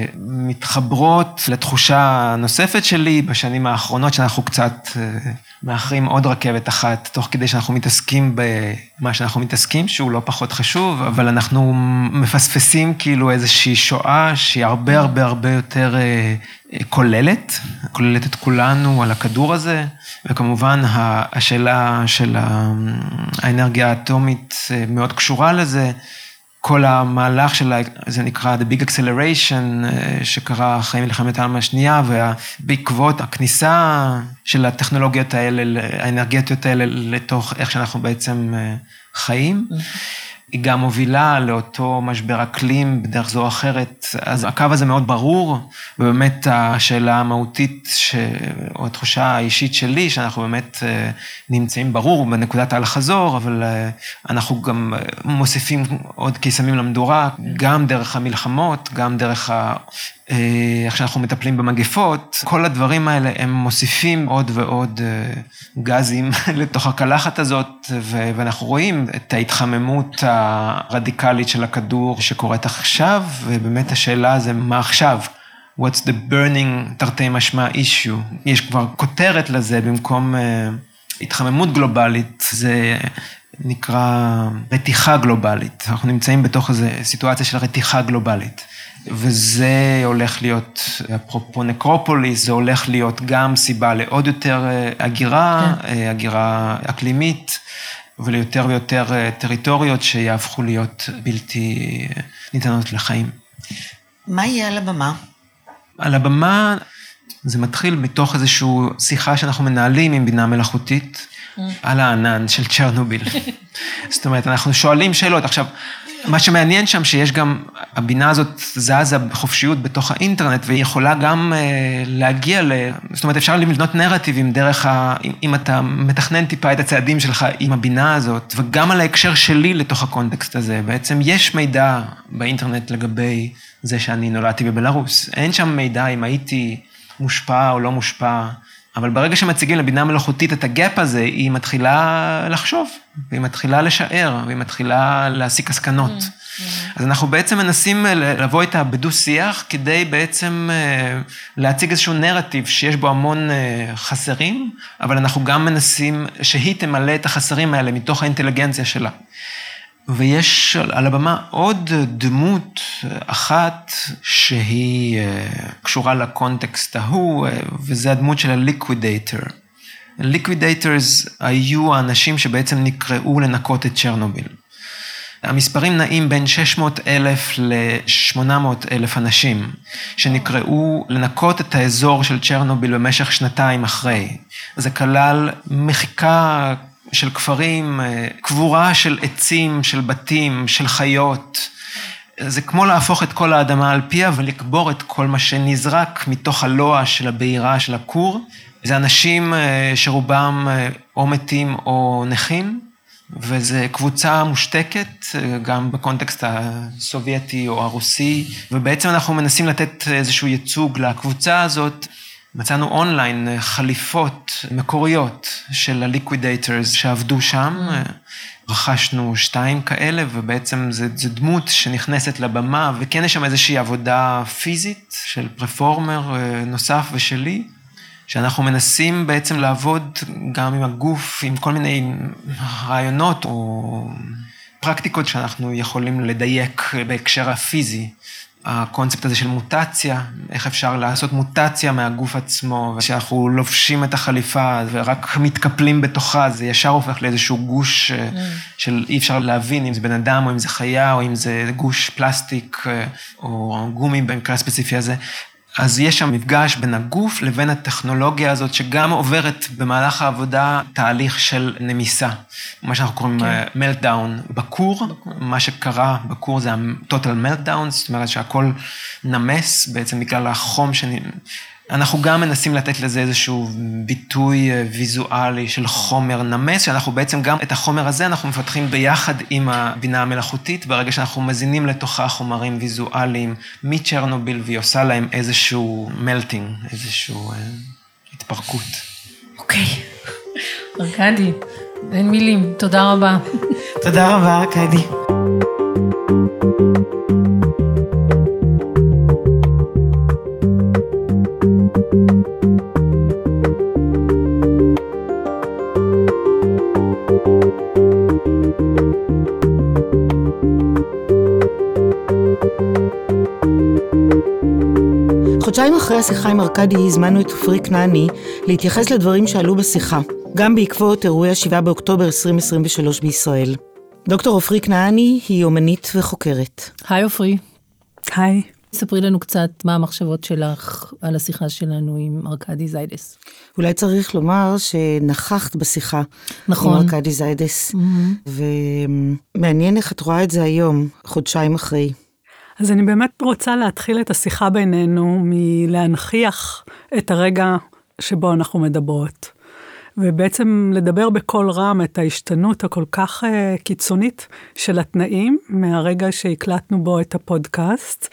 Speaker 5: מתחברות לתחושה נוספת שלי בשנים האחרונות, שאנחנו קצת מאחרים עוד רכבת אחת, תוך כדי שאנחנו מתעסקים במה שאנחנו מתעסקים, שהוא לא פחות חשוב, אבל אנחנו מפספסים כאילו איזושהי שואה שהיא הרבה הרבה הרבה יותר כוללת, כוללת את כולנו על הכדור הזה, וכמובן השאלה של האנרגיה האטומית מאוד קשורה לזה, כל המהלך שלה, זה נקרא The Big Acceleration, שקרה אחרי מלחמת העולם השנייה, ובעקבות הכניסה של הטכנולוגיות האלה, האנרגטיות האלה, לתוך איך שאנחנו בעצם חיים, היא גם מובילה לאותו משבר אקלים בדרך זו או אחרת, אז הקו הזה מאוד ברור, ובאמת השאלה המהותית, ש... או התחושה האישית שלי, שאנחנו באמת נמצאים ברור בנקודת האל-חזור, אבל אנחנו גם מוסיפים עוד קיסמים למדורה, גם דרך המלחמות, גם דרך ה... איך שאנחנו מטפלים במגפות, כל הדברים האלה הם מוסיפים עוד ועוד גזים לתוך הקלחת הזאת, ואנחנו רואים את ההתחממות הרדיקלית של הכדור שקורית עכשיו, ובאמת השאלה זה מה עכשיו? What's the burning, תרתי משמע, issue? יש כבר כותרת לזה במקום uh, התחממות גלובלית, זה נקרא רתיחה גלובלית. אנחנו נמצאים בתוך איזו סיטואציה של רתיחה גלובלית. וזה הולך להיות, אפרופו נקרופוליס, זה הולך להיות גם סיבה לעוד יותר הגירה, כן. הגירה אקלימית, וליותר ויותר טריטוריות שיהפכו להיות בלתי ניתנות לחיים.
Speaker 4: מה יהיה על הבמה?
Speaker 5: על הבמה זה מתחיל מתוך איזושהי שיחה שאנחנו מנהלים עם בינה מלאכותית, mm. על הענן של צ'רנוביל. זאת אומרת, אנחנו שואלים שאלות. עכשיו, מה שמעניין שם שיש גם, הבינה הזאת זזה בחופשיות בתוך האינטרנט, והיא יכולה גם להגיע ל... זאת אומרת, אפשר לבנות נרטיבים דרך ה... אם אתה מתכנן טיפה את הצעדים שלך עם הבינה הזאת, וגם על ההקשר שלי לתוך הקונטקסט הזה. בעצם יש מידע באינטרנט לגבי זה שאני נולדתי בבלרוס. אין שם מידע אם הייתי מושפע או לא מושפע, אבל ברגע שמציגים לבינה מלאכותית את הגאפ הזה, היא מתחילה לחשוב, והיא מתחילה לשער, והיא מתחילה להסיק הסכנות. אז אנחנו בעצם מנסים לבוא איתה בדו שיח, כדי בעצם להציג איזשהו נרטיב שיש בו המון חסרים, אבל אנחנו גם מנסים שהיא תמלא את החסרים האלה מתוך האינטליגנציה שלה. ויש על הבמה עוד דמות אחת שהיא קשורה לקונטקסט ההוא, וזה הדמות של הליקווידייטר. הליקווידייטרס היו האנשים שבעצם נקראו לנקות את צ'רנוביל. המספרים נעים בין שש מאות אלף ל-שמונה מאות אלף אנשים, שנקראו לנקות את האזור של צ'רנוביל במשך שנתיים אחרי. זה כלל מחיקה של כפרים, קבורה של עצים, של בתים, של חיות. זה כמו להפוך את כל האדמה על פיה ולקבור את כל מה שנזרק מתוך הלוע של הבעירה של הכור. זה אנשים שרובם או מתים או נחים, וזו קבוצה מושתקת, גם בקונטקסט הסובייטי או הרוסי, ובעצם אנחנו מנסים לתת איזשהו ייצוג לקבוצה הזאת. מצאנו אונליין חליפות מקוריות של הליקווידייטרס שעבדו שם, רכשנו שתיים כאלה, ובעצם זה, זה דמות שנכנסת לבמה, וכן יש שם איזושהי עבודה פיזית של פרפורמר נוסף ושלי, שאנחנו מנסים בעצם לעבוד גם עם הגוף, עם כל מיני רעיונות או פרקטיקות שאנחנו יכולים לדייק בהקשר הפיזי. הקונספט הזה של מוטציה, איך אפשר לעשות מוטציה מהגוף עצמו, ושאנחנו לובשים את החליפה ורק מתקפלים בתוכה, זה ישר הופך לאיזשהו גוש mm. של אי אפשר להבין אם זה בן אדם או אם זה חיה או אם זה גוש פלסטיק או גומי במקרה הספציפי הזה. אז יש שם מפגש בין הגוף לבין הטכנולוגיה הזאת, שגם עוברת במהלך העבודה תהליך של נמיסה. מה שאנחנו קוראים מלטדאון בקור, מה שקרה בקור זה ה-total meltdown, זאת אומרת שהכל נמס בעצם בגלל החום שנ... אנחנו גם מנסים לתת לזה איזשהו ביטוי ויזואלי של חומר נמס, שאנחנו בעצם גם את החומר הזה אנחנו מפתחים ביחד עם הבינה המלאכותית, ברגע שאנחנו מזינים לתוכה חומרים ויזואליים מצ'רנוביל, והיא עושה להם איזשהו מלטינג, איזשהו אה, התפרקות.
Speaker 1: אוקיי. ארכדי, אין מילים, תודה רבה.
Speaker 4: תודה רבה, ארכדי. חודשיים אחרי השיחה עם ארכדי הזמנו את עופרי כנעני להתייחס לדברים שעלו בשיחה, גם בעקבות אירועי השבעה באוקטובר עשרים עשרים ושלוש בישראל. דוקטור עופרי כנעני היא אומנית וחוקרת.
Speaker 1: היי עופרי.
Speaker 6: היי.
Speaker 1: ספרי לנו קצת מה המחשבות שלך על השיחה שלנו עם ארכדי זיידס.
Speaker 4: אולי צריך לומר שנכחת בשיחה
Speaker 1: נכון.
Speaker 4: עם ארכדי זיידס, mm-hmm. ומעניין איך את רואה את זה היום, חודשיים אחרי.
Speaker 6: אז אני באמת רוצה להתחיל את השיחה בינינו מלהנכיח את הרגע שבו אנחנו מדברות. ובעצם לדבר בכל רם את ההשתנות הכל כך uh, קיצונית של התנאים, מהרגע שהקלטנו בו את הפודקאסט,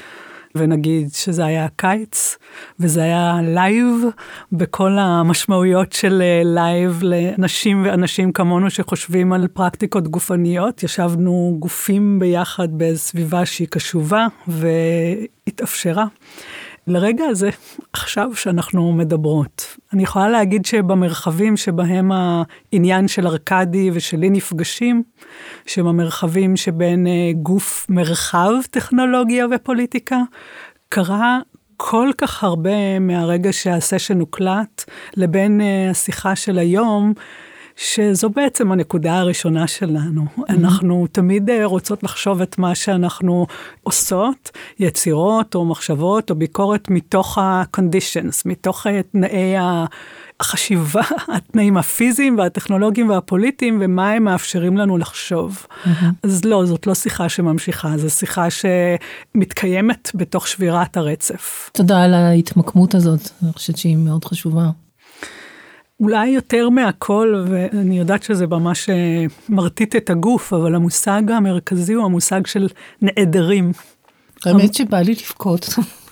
Speaker 6: ונגיד שזה היה קיץ, וזה היה לייב, בכל המשמעויות של לייב לאנשים ואנשים כמונו שחושבים על פרקטיקות גופניות. ישבנו גופים ביחד בסביבה שהיא קשובה והתאפשרה. לרגע הזה, עכשיו שאנחנו מדברות, אני יכולה להגיד שבמרחבים שבהם העניין של ארקדי ושלי נפגשים, שבמרחבים שבין גוף מרחב טכנולוגיה ופוליטיקה, קרה כל כך הרבה מהרגע שהסשן הוקלט, לבין השיחה של היום, שזו בעצם הנקודה הראשונה שלנו. Mm-hmm. אנחנו תמיד רוצות לחשוב את מה שאנחנו עושות, יצירות או מחשבות או ביקורת מתוך ה-conditions, מתוך תנאי החשיבה, התנאים הפיזיים והטכנולוגיים והפוליטיים, ומה הם מאפשרים לנו לחשוב. Mm-hmm. אז לא, זאת לא שיחה שממשיכה, זו שיחה שמתקיימת בתוך שבירת הרצף.
Speaker 1: תודה על ההתמקמות הזאת, אני חושבת שהיא מאוד חשובה.
Speaker 6: אולי יותר מהכל, ואני יודעת שזה ממש מרטיט את הגוף, אבל המושג המרכזי הוא המושג של נעדרים.
Speaker 1: האמת שבא לי לבכות.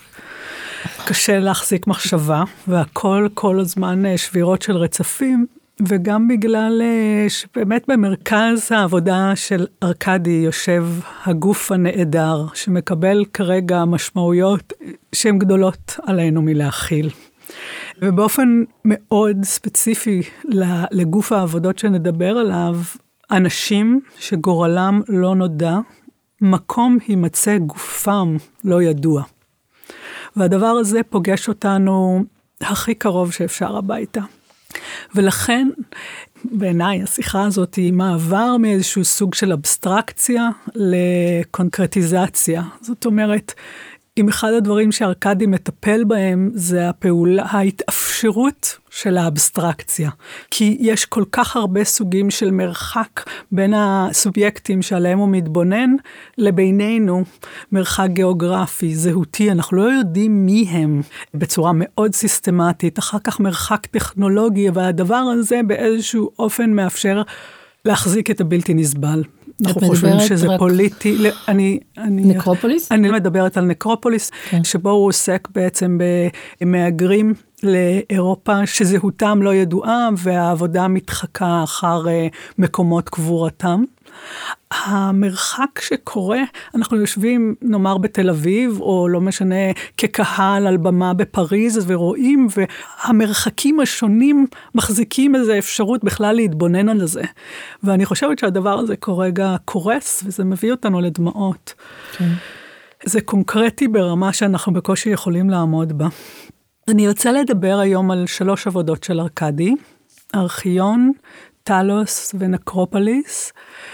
Speaker 6: קשה להחזיק מחשבה, והכל כל הזמן שבירות של רצפים, וגם בגלל שבאמת במרכז העבודה של ארקדי יושב הגוף הנעדר, שמקבל כרגע משמעויות שהן גדולות עלינו מלהכיל. ובאופן מאוד ספציפי לגוף העבודות שנדבר עליו, אנשים שגורלם לא נודע, מקום הימצא גופם לא ידוע. והדבר הזה פוגש אותנו הכי קרוב שאפשר הביתה. ולכן, בעיניי, השיחה הזאת היא מעבר מאיזשהו סוג של אבסטרקציה לקונקרטיזציה. זאת אומרת, אם אחד הדברים שארקדי מטפל בהם, זה הפעולה, ההתאפשרות של האבסטרקציה. כי יש כל כך הרבה סוגים של מרחק בין הסובייקטים שעליהם הוא מתבונן, לבינינו מרחק גיאוגרפי, זהותי, אנחנו לא יודעים מי הם בצורה מאוד סיסטמטית, אחר כך מרחק טכנולוגי, והדבר הזה באיזשהו אופן מאפשר להחזיק את הבלתי נסבל. אנחנו חושבים שזה פוליטי. אני, אני,
Speaker 1: נקרופוליס?
Speaker 6: אני מדברת על נקרופוליס, כן. שבו הוא עוסק בעצם במהגרים לאירופה, שזהותם לא ידועה, והעבודה מתחקה אחר מקומות קבורתם. המרחק שקורה, אנחנו יושבים נאמר בתל אביב, או לא משנה כקהל על במה בפריז, ורואים, והמרחקים השונים מחזיקים איזו אפשרות בכלל להתבונן על זה. ואני חושבת שהדבר הזה כרגע קורס, וזה מביא אותנו לדמעות. כן. זה קונקרטי ברמה שאנחנו בקושי יכולים לעמוד בה. אני רוצה לדבר היום על שלוש עבודות של ארקדי, ארכיון, טלוס ונקרופוליס,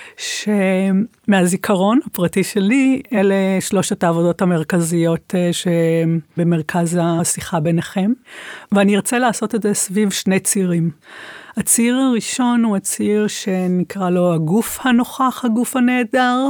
Speaker 6: שמהזיכרון הפרטי שלי, אלה שלושת העבודות המרכזיות שבמרכז השיחה ביניכם, ואני ארצה לעשות את זה סביב שני צירים. הציר הראשון הוא הציר שנקרא לו הגוף הנוכח, הגוף הנהדר,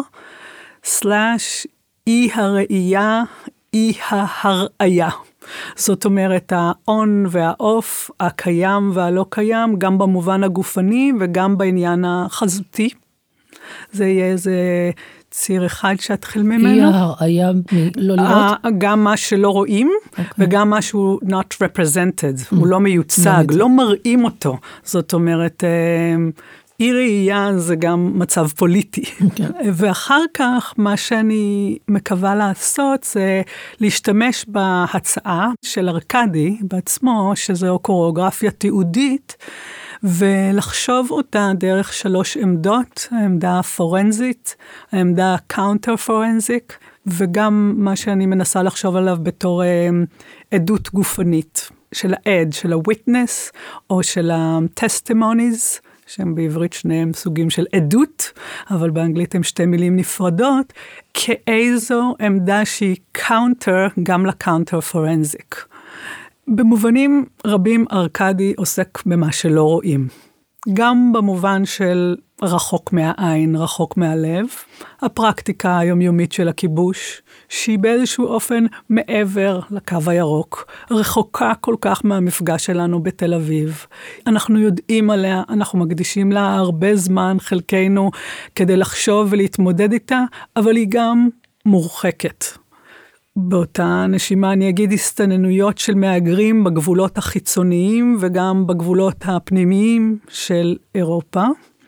Speaker 6: סלאש אי הראייה, אי ההראיה. זאת אומרת, האון והאוף, הקיים והלא קיים, גם במובן הגופני וגם בעניין החזותי. זה יהיה איזה ציר אחד שהתחיל ממנו.
Speaker 1: אי ההראיה לא לראות?
Speaker 6: גם מה שלא רואים, okay. וגם מה שהוא not represented, mm. הוא לא מיוצג, לא, לא מראים אותו. זאת אומרת, אי ראייה זה גם מצב פוליטי. Okay. ואחר כך, מה שאני מקווה לעשות, זה להשתמש בהצעה של ארקדי בעצמו, שזו קוריאוגרפיה תיעודית, ולחשוב אותה דרך שלוש עמדות, העמדה הפורנזית, העמדה הקאונטר-פורנזיק, וגם מה שאני מנסה לחשוב עליו בתור עדות גופנית, של העד, של ה-witness, או של ה-testimonies, שהם בעברית שניהם סוגים של עדות, אבל באנגלית הם שתי מילים נפרדות, כאיזו עמדה שהיא קאונטר גם לקאונטר פורנזיק. במובנים רבים ארקדי עוסק במה שלא רואים. גם במובן של רחוק מהעין, רחוק מהלב, הפרקטיקה היומיומית של הכיבוש, שהיא באיזשהו אופן מעבר לקו הירוק, רחוקה כל כך מהמפגש שלנו בתל אביב. אנחנו יודעים עליה, אנחנו מקדישים לה הרבה זמן, חלקנו, כדי לחשוב ולהתמודד איתה, אבל היא גם מורחקת. באותה נשימה אני אגיד הסתננויות של מהגרים בגבולות החיצוניים וגם בגבולות הפנימיים של אירופה,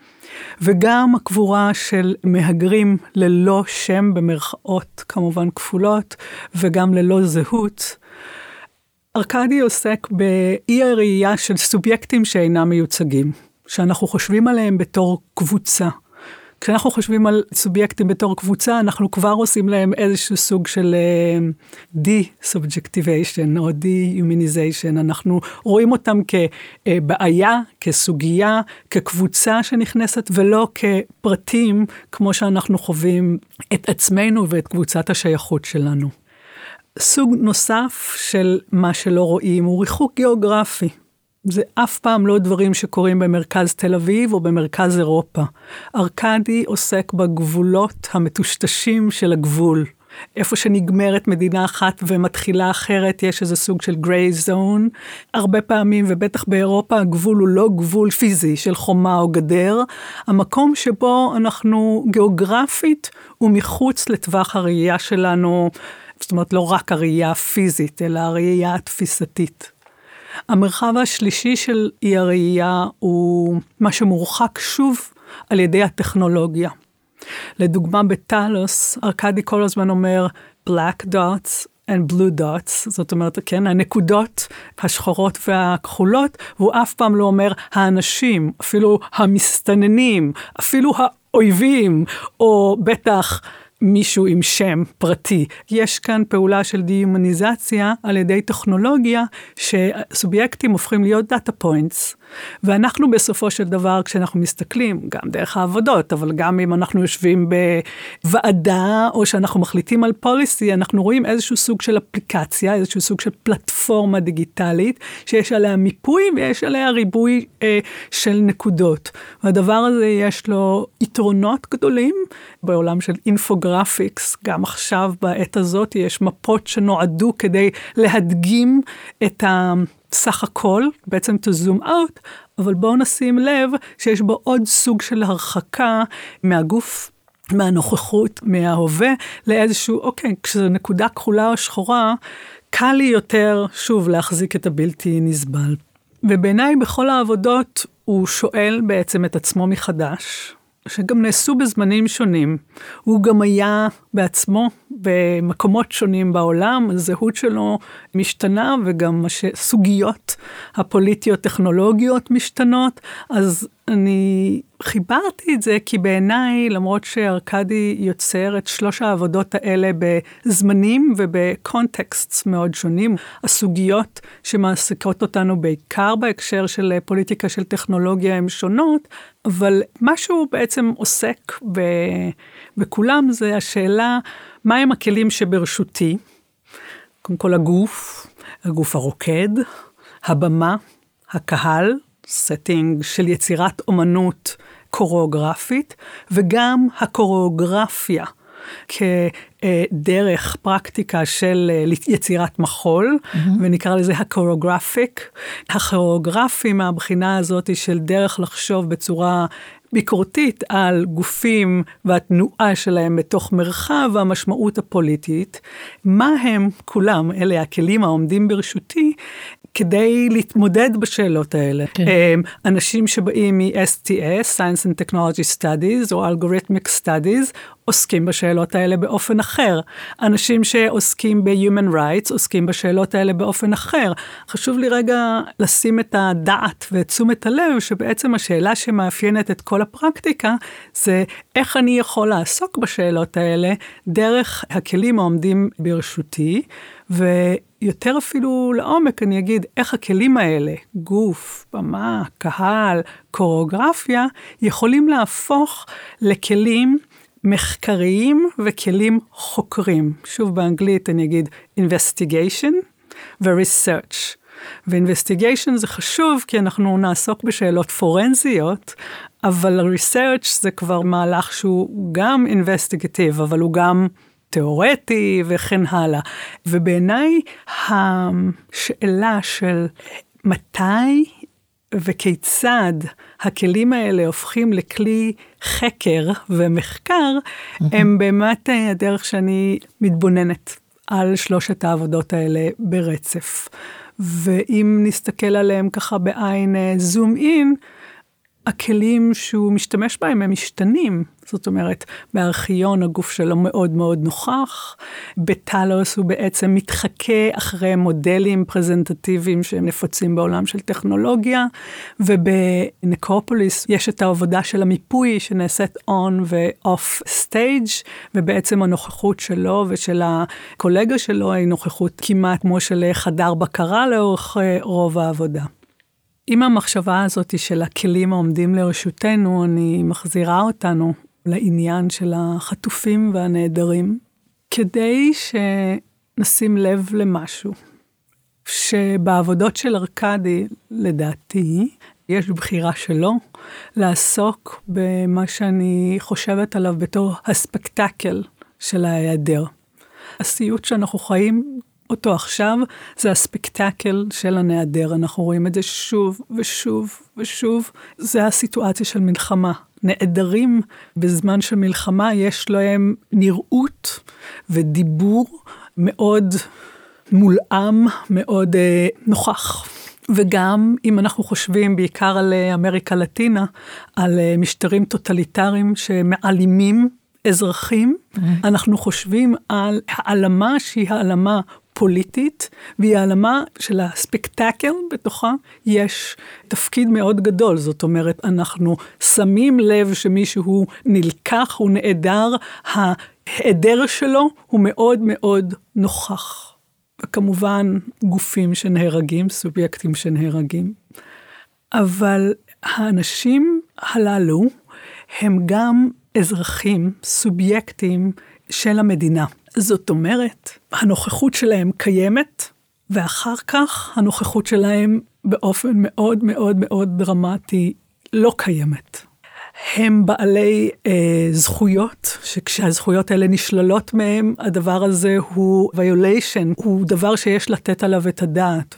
Speaker 6: וגם הקבורה של מהגרים ללא שם במרכאות כמובן כפולות, וגם ללא זהות. ארקדי עוסק באי הראייה של סובייקטים שאינם מיוצגים, שאנחנו חושבים עליהם בתור קבוצה. כשאנחנו חושבים על סובייקטים בתור קבוצה, אנחנו כבר עושים להם איזשהו סוג של די-סובג'קטיביישן או די-יומיניזיישן. אנחנו רואים אותם כבעיה, כסוגיה, כקבוצה שנכנסת, ולא כפרטים, כמו שאנחנו חווים את עצמנו ואת קבוצת השייכות שלנו. סוג נוסף של מה שלא רואים הוא ריחוק גיאוגרפי. זה אף פעם לא דברים שקורים במרכז תל אביב או במרכז אירופה. ארקדי עוסק בגבולות המטושטשים של הגבול. איפה שנגמרת מדינה אחת ומתחילה אחרת, יש איזה סוג של גריי זון. הרבה פעמים, ובטח באירופה, הגבול הוא לא גבול פיזי של חומה או גדר. המקום שבו אנחנו גיאוגרפית ומחוץ לטווח הראייה שלנו, זאת אומרת לא רק הראייה הפיזית, אלא הראייה התפיסתית. המרחב השלישי של אי הראייה הוא מה שמורחק שוב על ידי הטכנולוגיה. לדוגמה בטלוס, ארקדי כל הזמן אומר black dots and blue dots, זאת אומרת, כן, הנקודות השחורות והכחולות, והוא אף פעם לא אומר האנשים, אפילו המסתננים, אפילו האויבים, או בטח מישהו עם שם פרטי. יש כאן פעולה של די-הומניזציה על ידי טכנולוגיה, שסובייקטים הופכים להיות דאטה פוינטס, ואנחנו בסופו של דבר, כשאנחנו מסתכלים, גם דרך העבודות, אבל גם אם אנחנו יושבים בוועדה, או שאנחנו מחליטים על פוליסי, אנחנו רואים איזשהו סוג של אפליקציה, איזשהו סוג של פלטפורמה דיגיטלית, שיש עליה מיפוי, ויש עליה ריבוי אה, של נקודות. והדבר הזה יש לו יתרונות גדולים, בעולם של אינפוגרפיקס, גם עכשיו בעת הזאת, יש מפות שנועדו כדי להדגים את ה... סך הכל, בעצם to zoom out, אבל בואו נשים לב שיש בו עוד סוג של הרחקה מהגוף, מהנוכחות, מההווה, לאיזשהו, אוקיי, כשזו נקודה כחולה או שחורה, קל לי יותר, שוב, להחזיק את הבלתי נסבל. ובעיניי בכל העבודות הוא שואל בעצם את עצמו מחדש, שגם נעשו בזמנים שונים. הוא גם היה בעצמו במקומות שונים בעולם, הזהות שלו משתנה, וגם סוגיות הפוליטיות-טכנולוגיות משתנות, אז אני חיברתי את זה, כי בעיניי, למרות שארקדי יוצר את שלוש העבודות האלה בזמנים ובקונטקסט מאוד שונים, הסוגיות שמעסיקות אותנו בעיקר בהקשר של פוליטיקה של טכנולוגיה הן שונות, אבל מה שהוא בעצם עוסק ב... בכולם זה השאלה, מהם הכלים שברשותי? קודם כל הגוף, הגוף הרוקד, הבמה, הקהל, סטינג של יצירת אומנות קוריאוגרפית, וגם הקוריאוגרפיה, כדרך פרקטיקה של יצירת מחול, mm-hmm. ונקרא לזה הקוריאוגרפיק. הקוריאוגרפי מהבחינה הזאת של דרך לחשוב בצורה ביקורתית על גופים והתנועה שלהם בתוך מרחב והמשמעות הפוליטית. מה הם כולם, אלה הכלים העומדים ברשותי, כדי להתמודד בשאלות האלה. כן. אנשים שבאים מ-אס טי אס, Science and Technology Studies, או Algorithmic Studies, עוסקים בשאלות האלה באופן אחר. אנשים שעוסקים ב-Human Rights, עוסקים בשאלות האלה באופן אחר. חשוב לי רגע לשים את הדעת ואת תשומת הלב, שבעצם השאלה שמאפיינת את כל הפרקטיקה, זה איך אני יכול לעסוק בשאלות האלה, דרך הכלים העומדים ברשותי, ויותר אפילו לעומק אני אגיד איך הכלים האלה, גוף, במה, קהל, קוריאוגרפיה, יכולים להפוך לכלים מחקריים וכלים חוקרים. שוב באנגלית אני אגיד investigation ו-research. ו-investigation זה חשוב כי אנחנו נעסוק בשאלות פורנזיות, אבל ה-research זה כבר מהלך שהוא גם investigative, אבל הוא גם תיאורטי וכן הלאה. ובעיניי השאלה של מתי וכיצד הכלים האלה הופכים לכלי חקר ומחקר, mm-hmm. הם באמת הדרך שאני מתבוננת על שלושת העבודות האלה ברצף. ואם נסתכל עליהם ככה בעין זום אין, הכלים שהוא משתמש בהם הם משתנים. זאת אומרת, בארכיון הגוף שלו מאוד מאוד נוכח, בטלוס הוא בעצם מתחכה אחרי מודלים פרזנטטיביים שהם נפוצים בעולם של טכנולוגיה, ובנקרופוליס יש את העבודה של המיפוי שנעשית on ו-off stage, ובעצם הנוכחות שלו ושל הקולגה שלו היא נוכחות כמעט כמו של חדר בקרה לאורך רוב העבודה. עם המחשבה הזאת של הכלים העומדים לרשותנו, אני מחזירה אותנו לעניין של החטופים והנעדרים, כדי שנשים לב למשהו, שבעבודות של ארקדי, לדעתי, יש בחירה שלו לעסוק במה שאני חושבת עליו בתור הספקטקל של ההיעדר. הסיוט שאנחנו חיים אותו עכשיו, זה הספקטקל של הנעדר. אנחנו רואים את זה שוב ושוב ושוב. זה הסיטואציה של מלחמה. נעדרים בזמן של מלחמה, יש להם נראות ודיבור מאוד מולאם, מאוד אה, נוכח. וגם אם אנחנו חושבים בעיקר על אמריקה לטינה, על אה, משטרים טוטליטריים שמעלימים אזרחים, mm-hmm. אנחנו חושבים על העלמה שהיא העלמה פוליטית, והיא העלמה של הספקטקל בתוכה, יש תפקיד מאוד גדול. זאת אומרת, אנחנו שמים לב שמישהו נלקח, הוא נעדר, ההיעדר שלו הוא מאוד מאוד נוכח. וכמובן, גופים שנהרגים, סובייקטים שנהרגים. אבל האנשים הללו הם גם אזרחים, סובייקטים של המדינה. זאת אומרת, הנוכחות שלהם קיימת, ואחר כך הנוכחות שלהם באופן מאוד מאוד מאוד דרמטי לא קיימת. הם בעלי אה, זכויות, שכשהזכויות האלה נשללות מהם, הדבר הזה הוא violation, הוא דבר שיש לתת עליו את הדעת,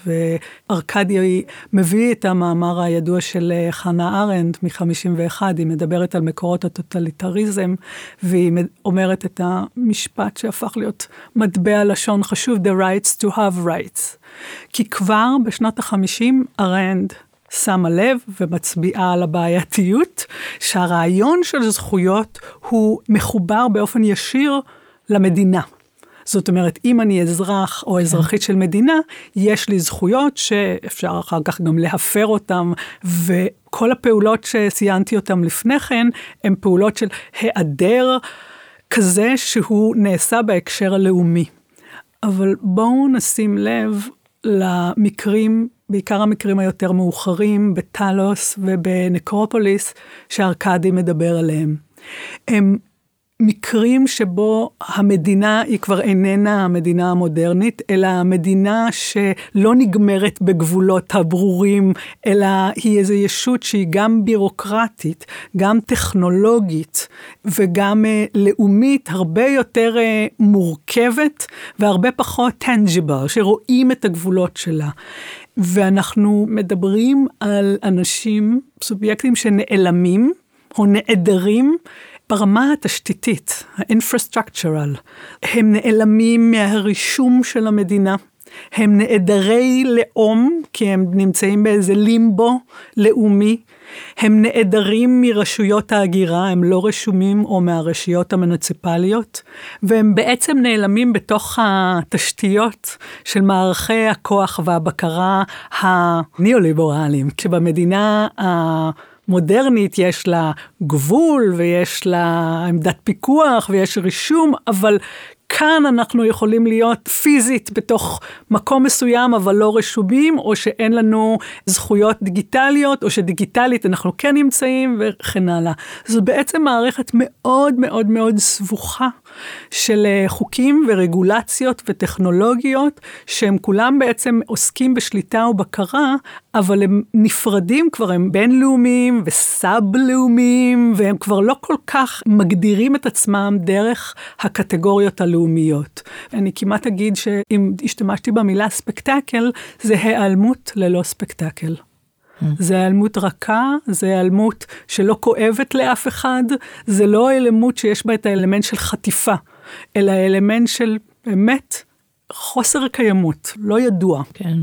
Speaker 6: וארקדי מביא את המאמר הידוע של חנה ארנדט מ-חמישים ואחת, היא מדברת על מקורות הטוטליטריזם, והיא אומרת את המשפט שהפך להיות מטבע לשון חשוב, the rights to have rights. כי כבר בשנות ה-חמישים ארנדט, שמה לב ומצביעה על הבעייתיות, שהרעיון של זכויות הוא מחובר באופן ישיר למדינה. זאת אומרת, אם אני אזרח או אזרחית של מדינה, יש לי זכויות שאפשר אחר כך גם להפר אותם, וכל הפעולות שציינתי אותם לפני כן, הן פעולות של היעדר כזה שהוא נעשה בהקשר הלאומי. אבל בואו נשים לב למקרים, בעיקר המקרים היותר מאוחרים, בטלוס ובנקרופוליס, שארקדי מדבר עליהם. הם מקרים שבו המדינה היא כבר איננה המדינה המודרנית, אלא המדינה שלא נגמרת בגבולות הברורים, אלא היא איזו ישות שהיא גם בירוקרטית, גם טכנולוגית, וגם uh, לאומית, הרבה יותר uh, מורכבת, והרבה פחות tangible, שרואים את הגבולות שלה. ואנחנו מדברים על אנשים, סובייקטים שנעלמים, או נעדרים, ברמה התשתיתית, ה-infrastructural, הם נעלמים מהרישום של המדינה, הם נעדרי לאום, כי הם נמצאים באיזה לימבו לאומי, הם נעדרים מרשויות ההגירה, הם לא רשומים או מהרשויות המוניציפליות, והם בעצם נעלמים בתוך התשתיות של מערכי הכוח והבקרה הניאו-ליברליים, כשבמדינה ה... מודרנית יש לה גבול ויש לה עמדת פיקוח ויש רישום, אבל כאן אנחנו יכולים להיות פיזית בתוך מקום מסוים, אבל לא רשומים, או שאין לנו זכויות דיגיטליות, או שדיגיטלית אנחנו כן נמצאים, וכן הלאה. זו בעצם מערכת מאוד מאוד מאוד סבוכה, של חוקים ורגולציות וטכנולוגיות, שהם כולם בעצם עוסקים בשליטה ובקרה, אבל הם נפרדים כבר, הם בינלאומיים וסאב-לאומיים, והם כבר לא כל כך מגדירים את עצמם דרך הקטגוריות הלאומיות. אני כמעט אגיד שאם השתמשתי במילה ספקטקל, זה העלמות ללא ספקטקל. זה העלמות רכה, זה העלמות שלא כואבת לאף אחד, זה לא העלמות שיש בה את האלמנט של חטיפה, אלא האלמנט של באמת חוסר קיימות, לא ידוע.
Speaker 1: כן.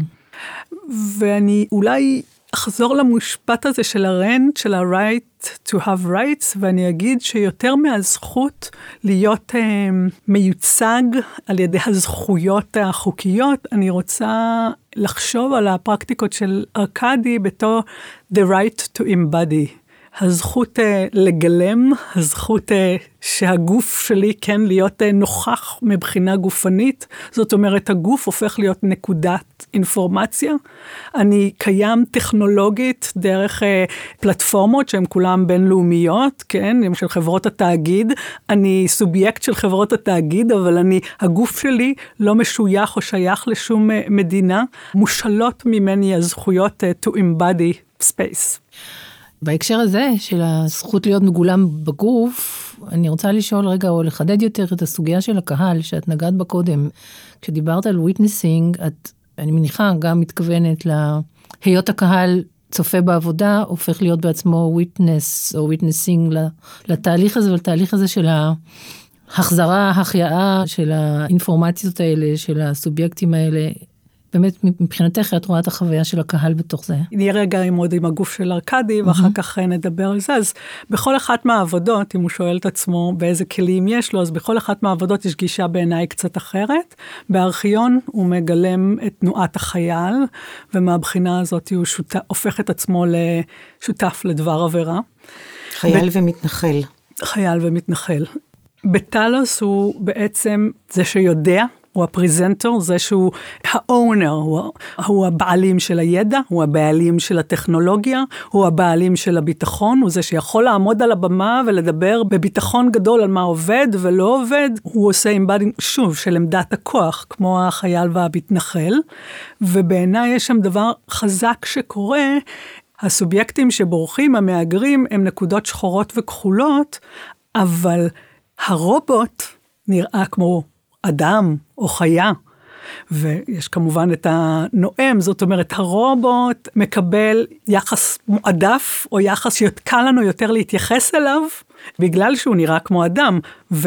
Speaker 6: ואני אולי אחזור למשפט הזה של הרנט, של ה-right to have rights, ואני אגיד שיותר מהזכות להיות uh, מיוצג על ידי הזכויות החוקיות, אני רוצה לחשוב על הפרקטיקות של ארקדי בתור the right to embody. הזכות uh, לגלם, הזכות uh, שהגוף שלי כן להיות uh, נוכח מבחינה גופנית, זאת אומרת הגוף הופך להיות נקודת אינפורמציה, אני קיים טכנולוגית דרך uh, פלטפורמות שהן כולן בינלאומיות, כן, של חברות התאגיד, אני סובייקט של חברות התאגיד, אבל אני, הגוף שלי לא משוייך או שייך לשום uh, מדינה, מושלות ממני הזכויות uh, to embody space.
Speaker 1: בהקשר הזה של הזכות להיות מגולם בגוף, אני רוצה לשאול רגע או לחדד יותר את הסוגיה של הקהל שאת נגעת בה קודם. כשדיברת על וויטנסינג, את, אני מניחה, גם מתכוונת להיות הקהל צופה בעבודה, הופך להיות בעצמו וויטנס או וויטנסינג לתהליך הזה, ולתהליך הזה של ההחזרה, החייאה של האינפורמציות האלה, של הסובייקטים האלה, באמת, מבחינתך, את רואה את החוויה של הקהל בתוך זה?
Speaker 6: נהיה רגע עם עוד עם הגוף של ארקדי, ואחר כך נדבר על זה. אז בכל אחת מהעבודות, אם הוא שואל את עצמו באיזה כלים יש לו, אז בכל אחת מהעבודות יש גישה בעיניי קצת אחרת. בארכיון הוא מגלם את תנועת החייל, ומהבחינה הזאת הוא שוט... הופך את עצמו לשותף לדבר עבירה.
Speaker 4: חייל ב... ומתנחל.
Speaker 6: חייל ומתנחל. בטלוס הוא בעצם זה שיודע, הוא הפריזנטור, זה שהוא האונר, הוא, הוא הבעלים של הידע, הוא הבעלים של הטכנולוגיה, הוא הבעלים של הביטחון, הוא זה שיכול לעמוד על הבמה ולדבר בביטחון גדול על מה עובד ולא עובד, הוא עושה אימבדינג, שוב, של עמדת הכוח, כמו החייל והמתנחל, ובעיניי יש שם דבר חזק שקורה, הסובייקטים שבורחים, המאגרים, הם נקודות שחורות וכחולות, אבל הרובוט נראה כמו אדם או חיה, ויש כמובן את הנואם, זאת אומרת, הרובוט מקבל יחס מועדף, או יחס שקל לנו יותר להתייחס אליו, בגלל שהוא נראה כמו אדם,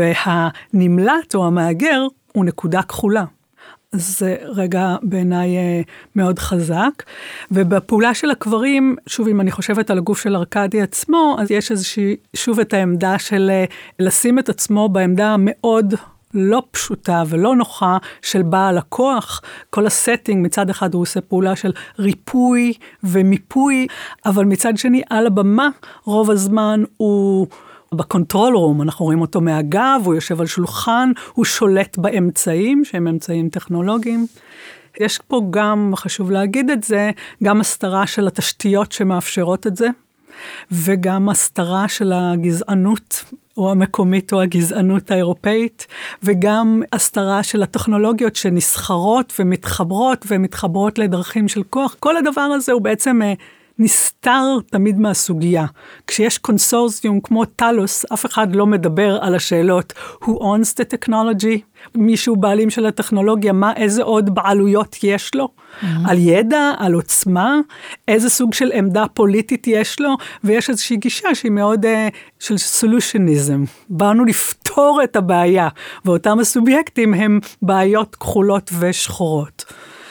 Speaker 6: והנמלט או המאגר הוא נקודה כחולה. זה רגע בעיניי מאוד חזק, ובפעולה של הקברים, שוב אם אני חושבת על הגוף של ארקדי עצמו, אז יש איזושהי, שוב את העמדה של לשים את עצמו בעמדה מאוד לא פשוטה ולא נוחה של בעל הכוח, כל הסטינג מצד אחד הוא עושה פעולה של ריפוי ומיפוי, אבל מצד שני על הבמה רוב הזמן הוא בקונטרול רום, אנחנו רואים אותו מהגב, הוא יושב על שולחן, הוא שולט באמצעים שהם אמצעים טכנולוגיים. יש פה גם, חשוב להגיד את זה, גם הסתרה של התשתיות שמאפשרות את זה, וגם הסתרה של הגזענות או המקומית או הגזענות האירופאית, וגם הסתרה של הטכנולוגיות שנסחרות ומתחברות ומתחברות לדרכים של כוח. כל הדבר הזה הוא בעצם נסתר תמיד מהסוגיה. כשיש קונסורסיום כמו טלוס, אף אחד לא מדבר על השאלות, who owns the technology, מישהו בעלים של הטכנולוגיה, מה, איזה עוד בעלויות יש לו, mm-hmm. על ידע, על עוצמה, איזה סוג של עמדה פוליטית יש לו, ויש איזושהי גישה שהיא מאוד uh, של סולושניזם. באנו לפתור את הבעיה, ואותם הסובייקטים הם בעיות כחולות ושחורות.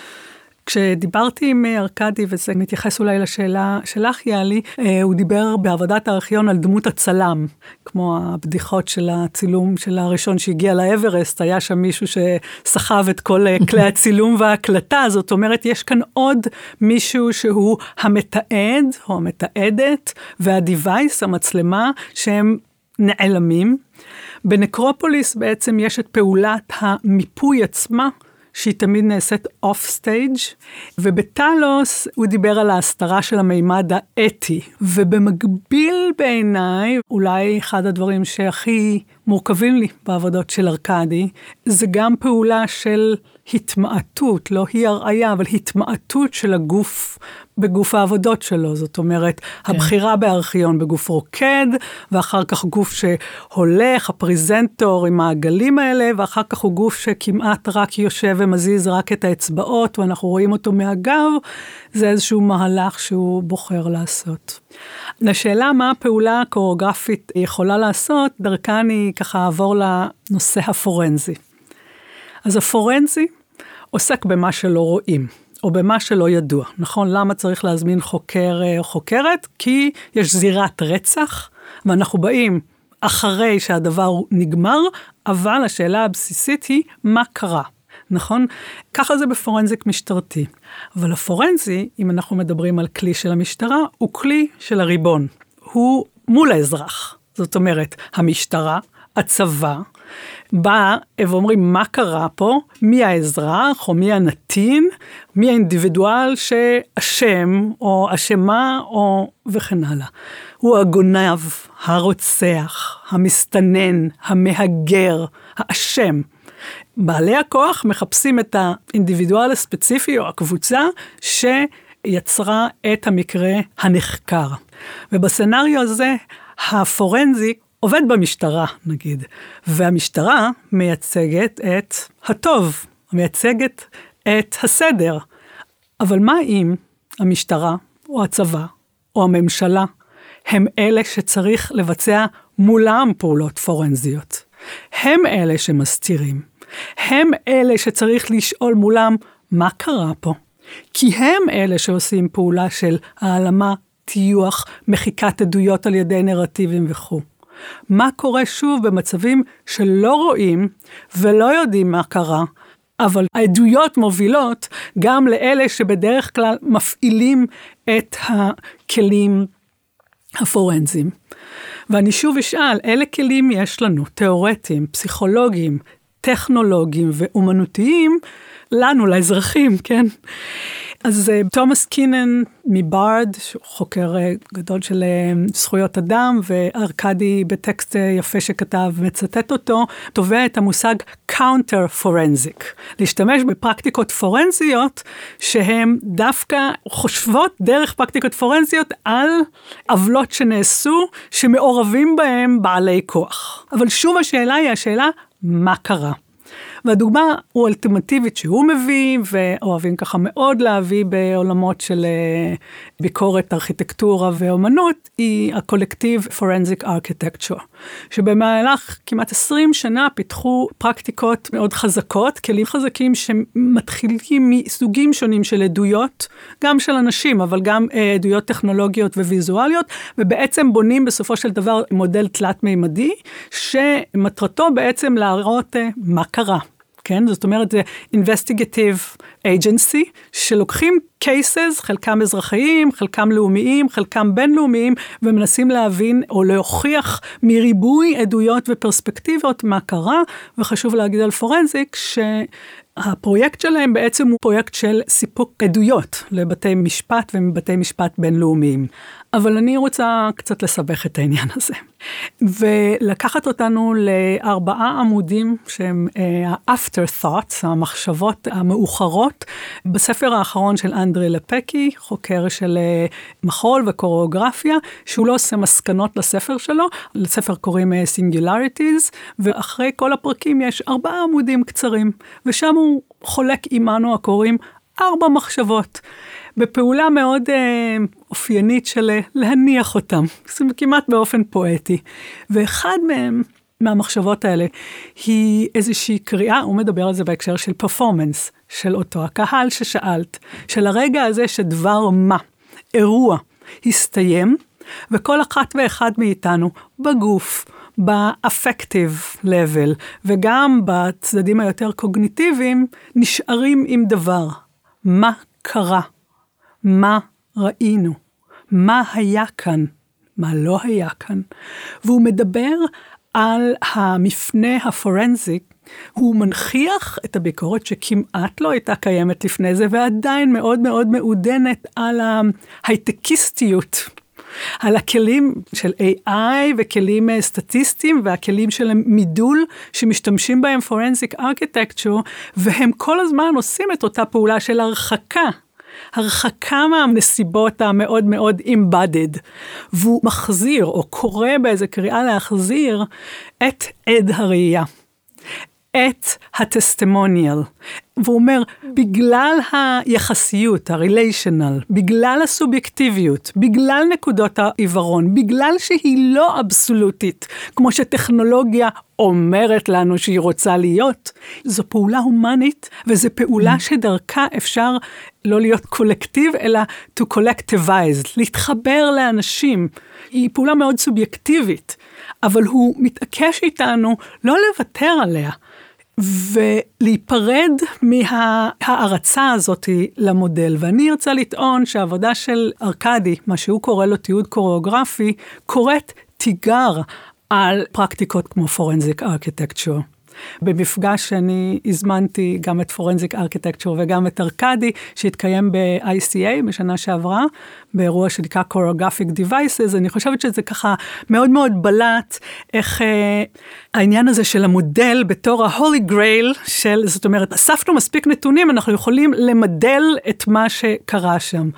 Speaker 6: כשדיברתי עם ארקדי, וזה מתייחס אולי לשאלה שלך, יאלי, הוא דיבר בעבודת הארכיון על דמות הצלם, כמו הבדיחות של הצילום של הראשון שהגיע לאברסט, היה שם מישהו שסחב את כל כלי הצילום וההקלטה, זאת אומרת, יש כאן עוד מישהו שהוא המתעד, או המתעדת, והדיווייס, המצלמה, שהם נעלמים. בנקרופוליס בעצם יש את פעולת המיפוי עצמה, שהיא תמיד נעשית אוף סטייג', ובטלוס הוא דיבר על ההסתרה של המימד האתי, ובמקביל בעיניי, אולי אחד הדברים שהכי מורכבים לי בעבודות של ארקדי, זה גם פעולה של התמעטות, לא היא הראייה, אבל התמעטות של הגוף בגוף העבודות שלו, זאת אומרת, כן. הבחירה בארכיון בגוף רוקד, ואחר כך גוף שהולך, הפריזנטור עם העגלים האלה, ואחר כך הוא גוף שכמעט רק יושב ומזיז רק את האצבעות, ואנחנו רואים אותו מהגב, זה איזשהו מהלך שהוא בוחר לעשות. לשאלה מה הפעולה הקוריאוגרפית יכולה לעשות, דרכה אני ככה אעבור לנושא הפורנזי. אז הפורנזי עוסק במה שלא רואים, או במה שלא ידוע. נכון? למה צריך להזמין חוקר או חוקרת? כי יש זירת רצח, ואנחנו באים אחרי שהדבר נגמר, אבל השאלה הבסיסית היא, מה קרה? נכון? ככה זה בפורנזיק משטרתי. אבל הפורנזי, אם אנחנו מדברים על כלי של המשטרה, הוא כלי של הריבון. הוא מול האזרח. זאת אומרת, המשטרה, הצבא, בא ואומרים מה קרה פה, מי האזרח או מי הנתין, מי האינדיבידואל שאשם או אשמה או וכן הלאה. הוא הגונב, הרוצח, המסתנן, המהגר, האשם. בעלי הכוח מחפשים את האינדיבידואל הספציפי או הקבוצה שיצרה את המקרה הנחקר. ובסצנריו הזה הפורנזיק עובד במשטרה, נגיד, והמשטרה מייצגת את הטוב, מייצגת את הסדר. אבל מה אם המשטרה, או הצבא, או הממשלה, הם אלה שצריך לבצע מולם פעולות פורנזיות? הם אלה שמסתירים. הם אלה שצריך לשאול מולם מה קרה פה. כי הם אלה שעושים פעולה של העלמה, טיוח, מחיקת עדויות על ידי נרטיבים וכו'. מה קורה שוב במצבים שלא רואים ולא יודעים מה קרה, אבל העדויות מובילות גם לאלה שבדרך כלל מפעילים את הכלים הפורנזיים. ואני שוב אשאל, אלה כלים יש לנו, תיאורטיים, פסיכולוגיים, טכנולוגיים ואומנותיים, לנו, לאזרחים, כן? אז תומאס קינן מברד, שהוא חוקר גדול של זכויות אדם, וארקדי בטקסט יפה שכתב, מצטט אותו, תובע את המושג counter forensic, להשתמש בפרקטיקות פורנזיות, שהן דווקא חושבות דרך פרקטיקות פורנזיות, על עוולות שנעשו, שמעורבים בהם בעלי כוח. אבל שוב השאלה היא השאלה, מה קרה? והדוגמה הוא אלטימטיבית שהוא מביא, ואוהבים ככה מאוד להביא בעולמות של ביקורת, ארכיטקטורה ואומנות, היא הקולקטיב Forensic Architecture, שבמהלך כמעט עשרים שנה פיתחו פרקטיקות מאוד חזקות, כלים חזקים שמתחילים מסוגים שונים של עדויות, גם של אנשים, אבל גם עדויות טכנולוגיות וויזואליות, ובעצם בונים בסופו של דבר מודל תלת-מימדי, שמטרתו בעצם להראות מה קרה. כן? זאת אומרת, זה investigative agency, שלוקחים cases, חלקם אזרחיים, חלקם לאומיים, חלקם בינלאומיים, ומנסים להבין או להוכיח מריבוי עדויות ופרספקטיבות מה קרה, וחשוב להגיד על פורנזיק, שהפרויקט שלהם בעצם הוא פרויקט של סיפוק עדויות לבתי משפט ומבתי משפט בינלאומיים. אבל אני רוצה קצת לסבך את העניין הזה. ולקחת אותנו לארבעה עמודים שהם ה-after thoughts, המחשבות המאוחרות, בספר האחרון של אנדרי לפקי, חוקר של מחול וקוריאוגרפיה, שהוא לא עושה מסקנות לספר שלו, לספר קוראים Singularities, ואחרי כל הפרקים יש ארבעה עמודים קצרים, ושם הוא חולק עמנו הקוראים ארבע מחשבות, בפעולה מאוד אה, אופיינית של להניח אותם, כמעט באופן פואטי. ואחד מהם, מהמחשבות האלה, היא איזושהי קריאה, הוא מדבר על זה בהקשר של פרפורמנס, של אותו הקהל ששאלת, של הרגע הזה שדבר מה, אירוע, הסתיים, וכל אחת ואחד מאיתנו, בגוף, ב-affective level, וגם בצדדים היותר קוגניטיביים, נשארים עם דבר. מה קרה? מה ראינו? מה היה כאן? מה לא היה כאן? והוא מדבר על המפנה הפורנזיק, הוא מנחיח את הביקורת שכמעט לא הייתה קיימת לפני זה, ועדיין מאוד מאוד מעודנת על ההייטקיסטיות, על הכלים של איי איי וכלים סטטיסטיים, והכלים של מידול שמשתמשים בהם פורנזיק ארכיטקטור, והם כל הזמן עושים את אותה פעולה של הרחקה, הרחקה מהנסיבות המאוד מאוד embedded, והוא מחזיר או קורא באיזה קריאה להחזיר את עד הראייה. את הטסטימוניאל. והוא אומר, בגלל היחסיות, הריליישנל, בגלל הסובייקטיביות, בגלל נקודות העיוורון, בגלל שהיא לא אבסולוטית, כמו שטכנולוגיה אומרת לנו שהיא רוצה להיות, זו פעולה הומנית, וזו פעולה שדרכה אפשר לא להיות קולקטיב, אלא to collectivize, להתחבר לאנשים. היא פעולה מאוד סובייקטיבית, אבל הוא מתעקש איתנו לא לוותר עליה, ולהיפרד מההערצה הזאת למודל. ואני רוצה לטעון שהעבודה של ארקדי, מה שהוא קורא לו תיעוד קוריאוגרפי, קוראת תיגר על פרקטיקות כמו פורנזיק ארכיטקטור. במפגש שאני הזמנתי גם את פורנזיק ארכיטקטור וגם את ארקדי, שהתקיים ב-איי סי איי בשנה שעברה, באירוע שנקרא Choreographic Devices. אני חושבת שזה ככה מאוד מאוד בלט, איך אה, העניין הזה של המודל בתור ה-Holy Grail של, זאת אומרת, אספנו מספיק נתונים, אנחנו יכולים למדל את מה שקרה שם.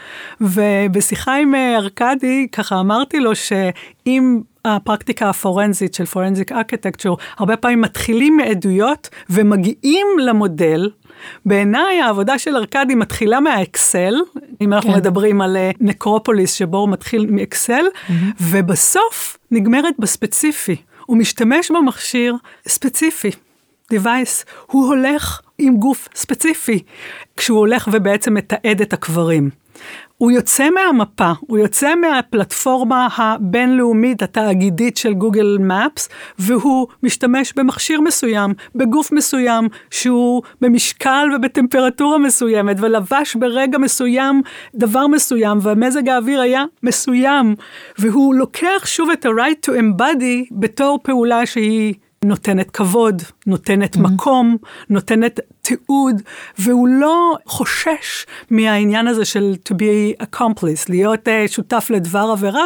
Speaker 6: ובשיחה עם ארקדי, ככה אמרתי לו שאם הפרקטיקה הפורנזית של פורנזיק ארכיטקטור, הרבה פעמים מתחילים מעדויות ומגיעים למודל. בעיניי העבודה של ארקדי מתחילה מהאקסל, אם אנחנו כן. מדברים על נקרופוליס שבו הוא מתחיל מאקסל, mm-hmm. ובסוף נגמרת בספציפי. הוא משתמש במכשיר ספציפי, device, הוא הולך עם גוף ספציפי, כשהוא הולך ובעצם מתעד את הקברים. הוא יוצא מהמפה, הוא יוצא מהפלטפורמה הבינלאומית, התאגידית של גוגל מפס, והוא משתמש במכשיר מסוים, בגוף מסוים, שהוא במשקל ובטמפרטורה מסוימת, ולבש ברגע מסוים דבר מסוים, והמזג האוויר היה מסוים, והוא לוקח שוב את ה-right to embody בתור פעולה שהיא נותנת כבוד, נותנת mm-hmm. מקום, נותנת תיעוד, והוא לא חושש מהעניין הזה של to be accomplice, להיות uh, שותף לדבר עבירה,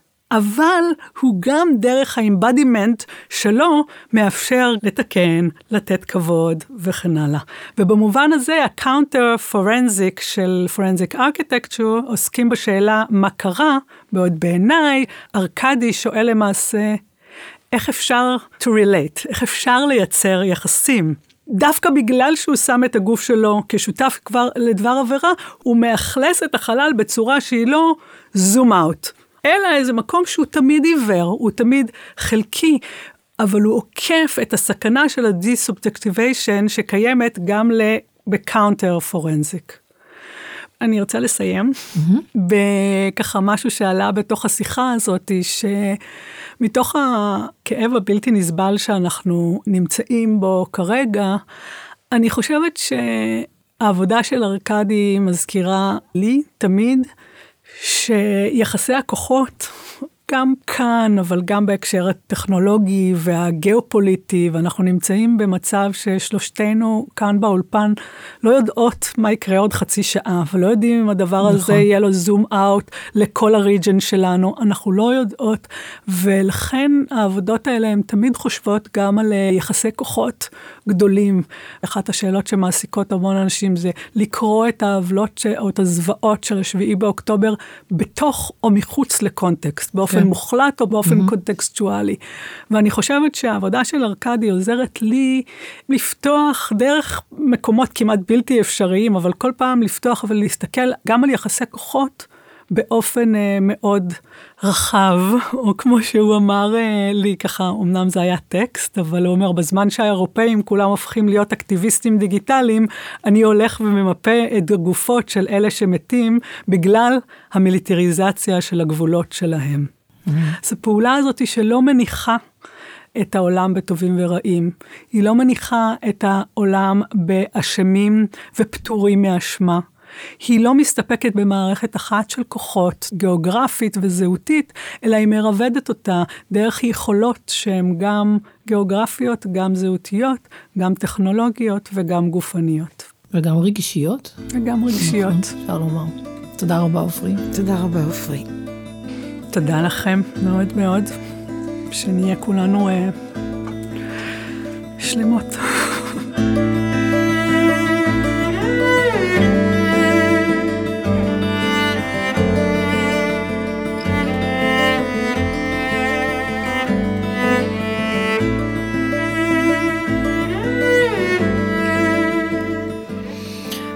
Speaker 6: אבל הוא גם דרך האמבדימנט שלו מאפשר לתקן, לתת כבוד וכן הלאה. ובמובן הזה הקאונטר פורנזיק של פורנזיק ארכיטקטור עוסקים בשאלה מה קרה, בעוד בעיניי ארקדי שואל למעשה, איך אפשר to relate, איך אפשר לייצר יחסים. דווקא בגלל שהוא שם את הגוף שלו כשותף כבר לדבר עבירה, הוא מאכלס את החלל בצורה שהיא לא zoom out, אלא איזה מקום שהוא תמיד עיוור, הוא תמיד חלקי, אבל הוא עוקף את הסכנה של ה-desubjectivation שקיימת גם בקאונטר פורנזיק. אני רוצה לסיים mm-hmm. בככה משהו שעלה בתוך השיחה הזאת, שמתוך הכאב הבלתי נסבל שאנחנו נמצאים בו כרגע, אני חושבת שהעבודה של ארקדי מזכירה לי תמיד, שיחסי הכוחות, גם כאן, אבל גם בהקשר הטכנולוגי והגיאופוליטי, ואנחנו נמצאים במצב ששלושתנו כאן באולפן לא יודעות מה יקרה עוד חצי שעה, ולא יודעים אם הדבר נכון. הזה יהיה לו זום אאוט לכל הריג'ן שלנו, אנחנו לא יודעות, ולכן העבודות האלה הן תמיד חושבות גם על יחסי כוחות גדולים. אחת השאלות שמעסיקות המון אנשים זה לקרוא את העוולות או את הזוועות של השביעי באוקטובר בתוך או מחוץ לקונטקסט, באופן כן. מוחלט או באופן mm-hmm. קונטקסטואלי. ואני חושבת שהעבודה של ארקדי עוזרת לי לפתוח דרך מקומות כמעט בלתי אפשריים, אבל כל פעם לפתוח ולהסתכל גם על יחסי כוחות באופן uh, מאוד רחב, או כמו שהוא אמר uh, לי ככה, אמנם זה היה טקסט, אבל הוא אומר, בזמן שהאירופאים כולם הופכים להיות אקטיביסטים דיגיטליים, אני הולך וממפה את הגופות של אלה שמתים, בגלל המיליטריזציה של הגבולות שלהם. Mm-hmm. אז הפעולה הזאת שלא מניחה את העולם בטובים ורעים, היא לא מניחה את העולם באשמים ופטורים מאשמה, היא לא מסתפקת במערכת אחת של כוחות, גיאוגרפית וזהותית, אלא היא מרבדת אותה דרך יכולות שהן גם גיאוגרפיות, גם זהותיות, גם טכנולוגיות וגם גופניות.
Speaker 1: וגם רגשיות?
Speaker 6: וגם רגשיות.
Speaker 1: נכון, אפשר לומר. תודה רבה, עופרי.
Speaker 4: תודה רבה, עופרי.
Speaker 6: תודה לכם מאוד מאוד, שנהיה כולנו אה, שלמות.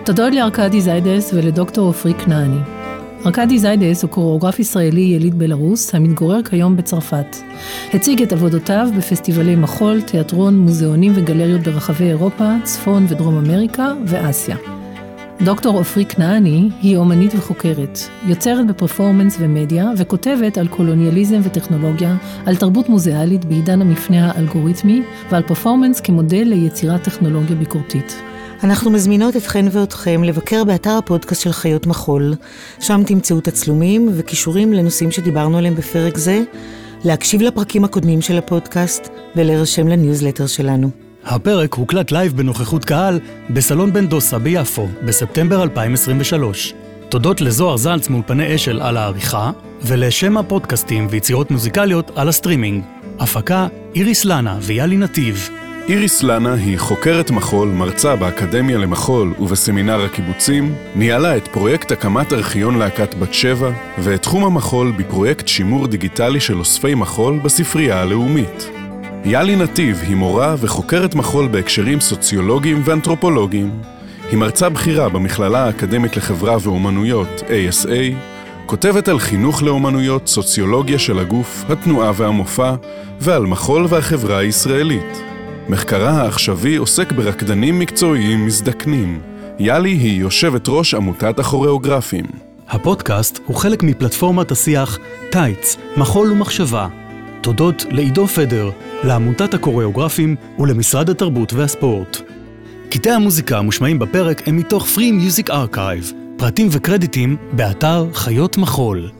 Speaker 1: תודות לארקדי זיידס ולדוקטור עופרי כנעני. ארקדי זיידס הוא קוריאוגרף ישראלי יליד בלרוס, המתגורר כיום בצרפת. הציג את עבודותיו בפסטיבלי מחול, תיאטרון, מוזיאונים וגלריות ברחבי אירופה, צפון ודרום אמריקה ואסיה. דוקטור עופרי כנעני היא אומנית וחוקרת, יוצרת בפרפורמנס ומדיה וכותבת על קולוניאליזם וטכנולוגיה, על תרבות מוזיאלית בעידן המפנה האלגוריתמי ועל פרפורמנס כמודל ליצירת טכנולוגיה ביקורתית.
Speaker 4: אנחנו מזמינות אתכן ואתכם לבקר באתר הפודקאסט של חיות מחול, שם תמצאו תצלומים וקישורים לנושאים שדיברנו עליהם בפרק זה, להקשיב לפרקים הקודמים של הפודקאסט ולהירשם לניוזלטר שלנו.
Speaker 3: הפרק הוקלט לייב בנוכחות קהל בסלון בן דוסה ביפו בספטמבר אלפיים עשרים ושלוש. תודות לזוהר זלץ מאולפני אשל על העריכה ולשם הפודקאסטים ויצירות מוזיקליות על הסטרימינג. הפקה איריס לנה ויאלי נתיב.
Speaker 2: איריס לנה היא חוקרת מחול, מרצה באקדמיה למחול ובסמינר הקיבוצים, ניהלה את פרויקט הקמת ארכיון להקת בת שבע ואת תחום המחול בפרויקט שימור דיגיטלי של אוספי מחול בספרייה הלאומית. יאלי נתיב היא מורה וחוקרת מחול בהקשרים סוציולוגיים ואנתרופולוגיים. היא מרצה בכירה במכללה האקדמית לחברה ואומנויות איי אס איי, כותבת על חינוך לאומנויות, סוציולוגיה של הגוף, התנועה והמופע, ועל מחול והחברה הישראלית. מחקרה העכשווי עוסק ברקדנים מקצועיים מזדקנים. יאלי היא יושבת ראש עמותת הכוריאוגרפים.
Speaker 3: הפודקאסט הוא חלק מפלטפורמת השיח טייץ, מחול ומחשבה. תודות לעידו פדר, לעמותת הקוריאוגרפים ולמשרד התרבות והספורט. קטעי המוזיקה המושמעים בפרק הם מתוך Free Music Archive, פרטים וקרדיטים באתר חיות מחול.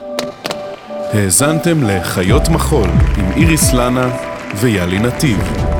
Speaker 2: האזנתם לחיות מחול עם איריס לנה ויאלי נתיב.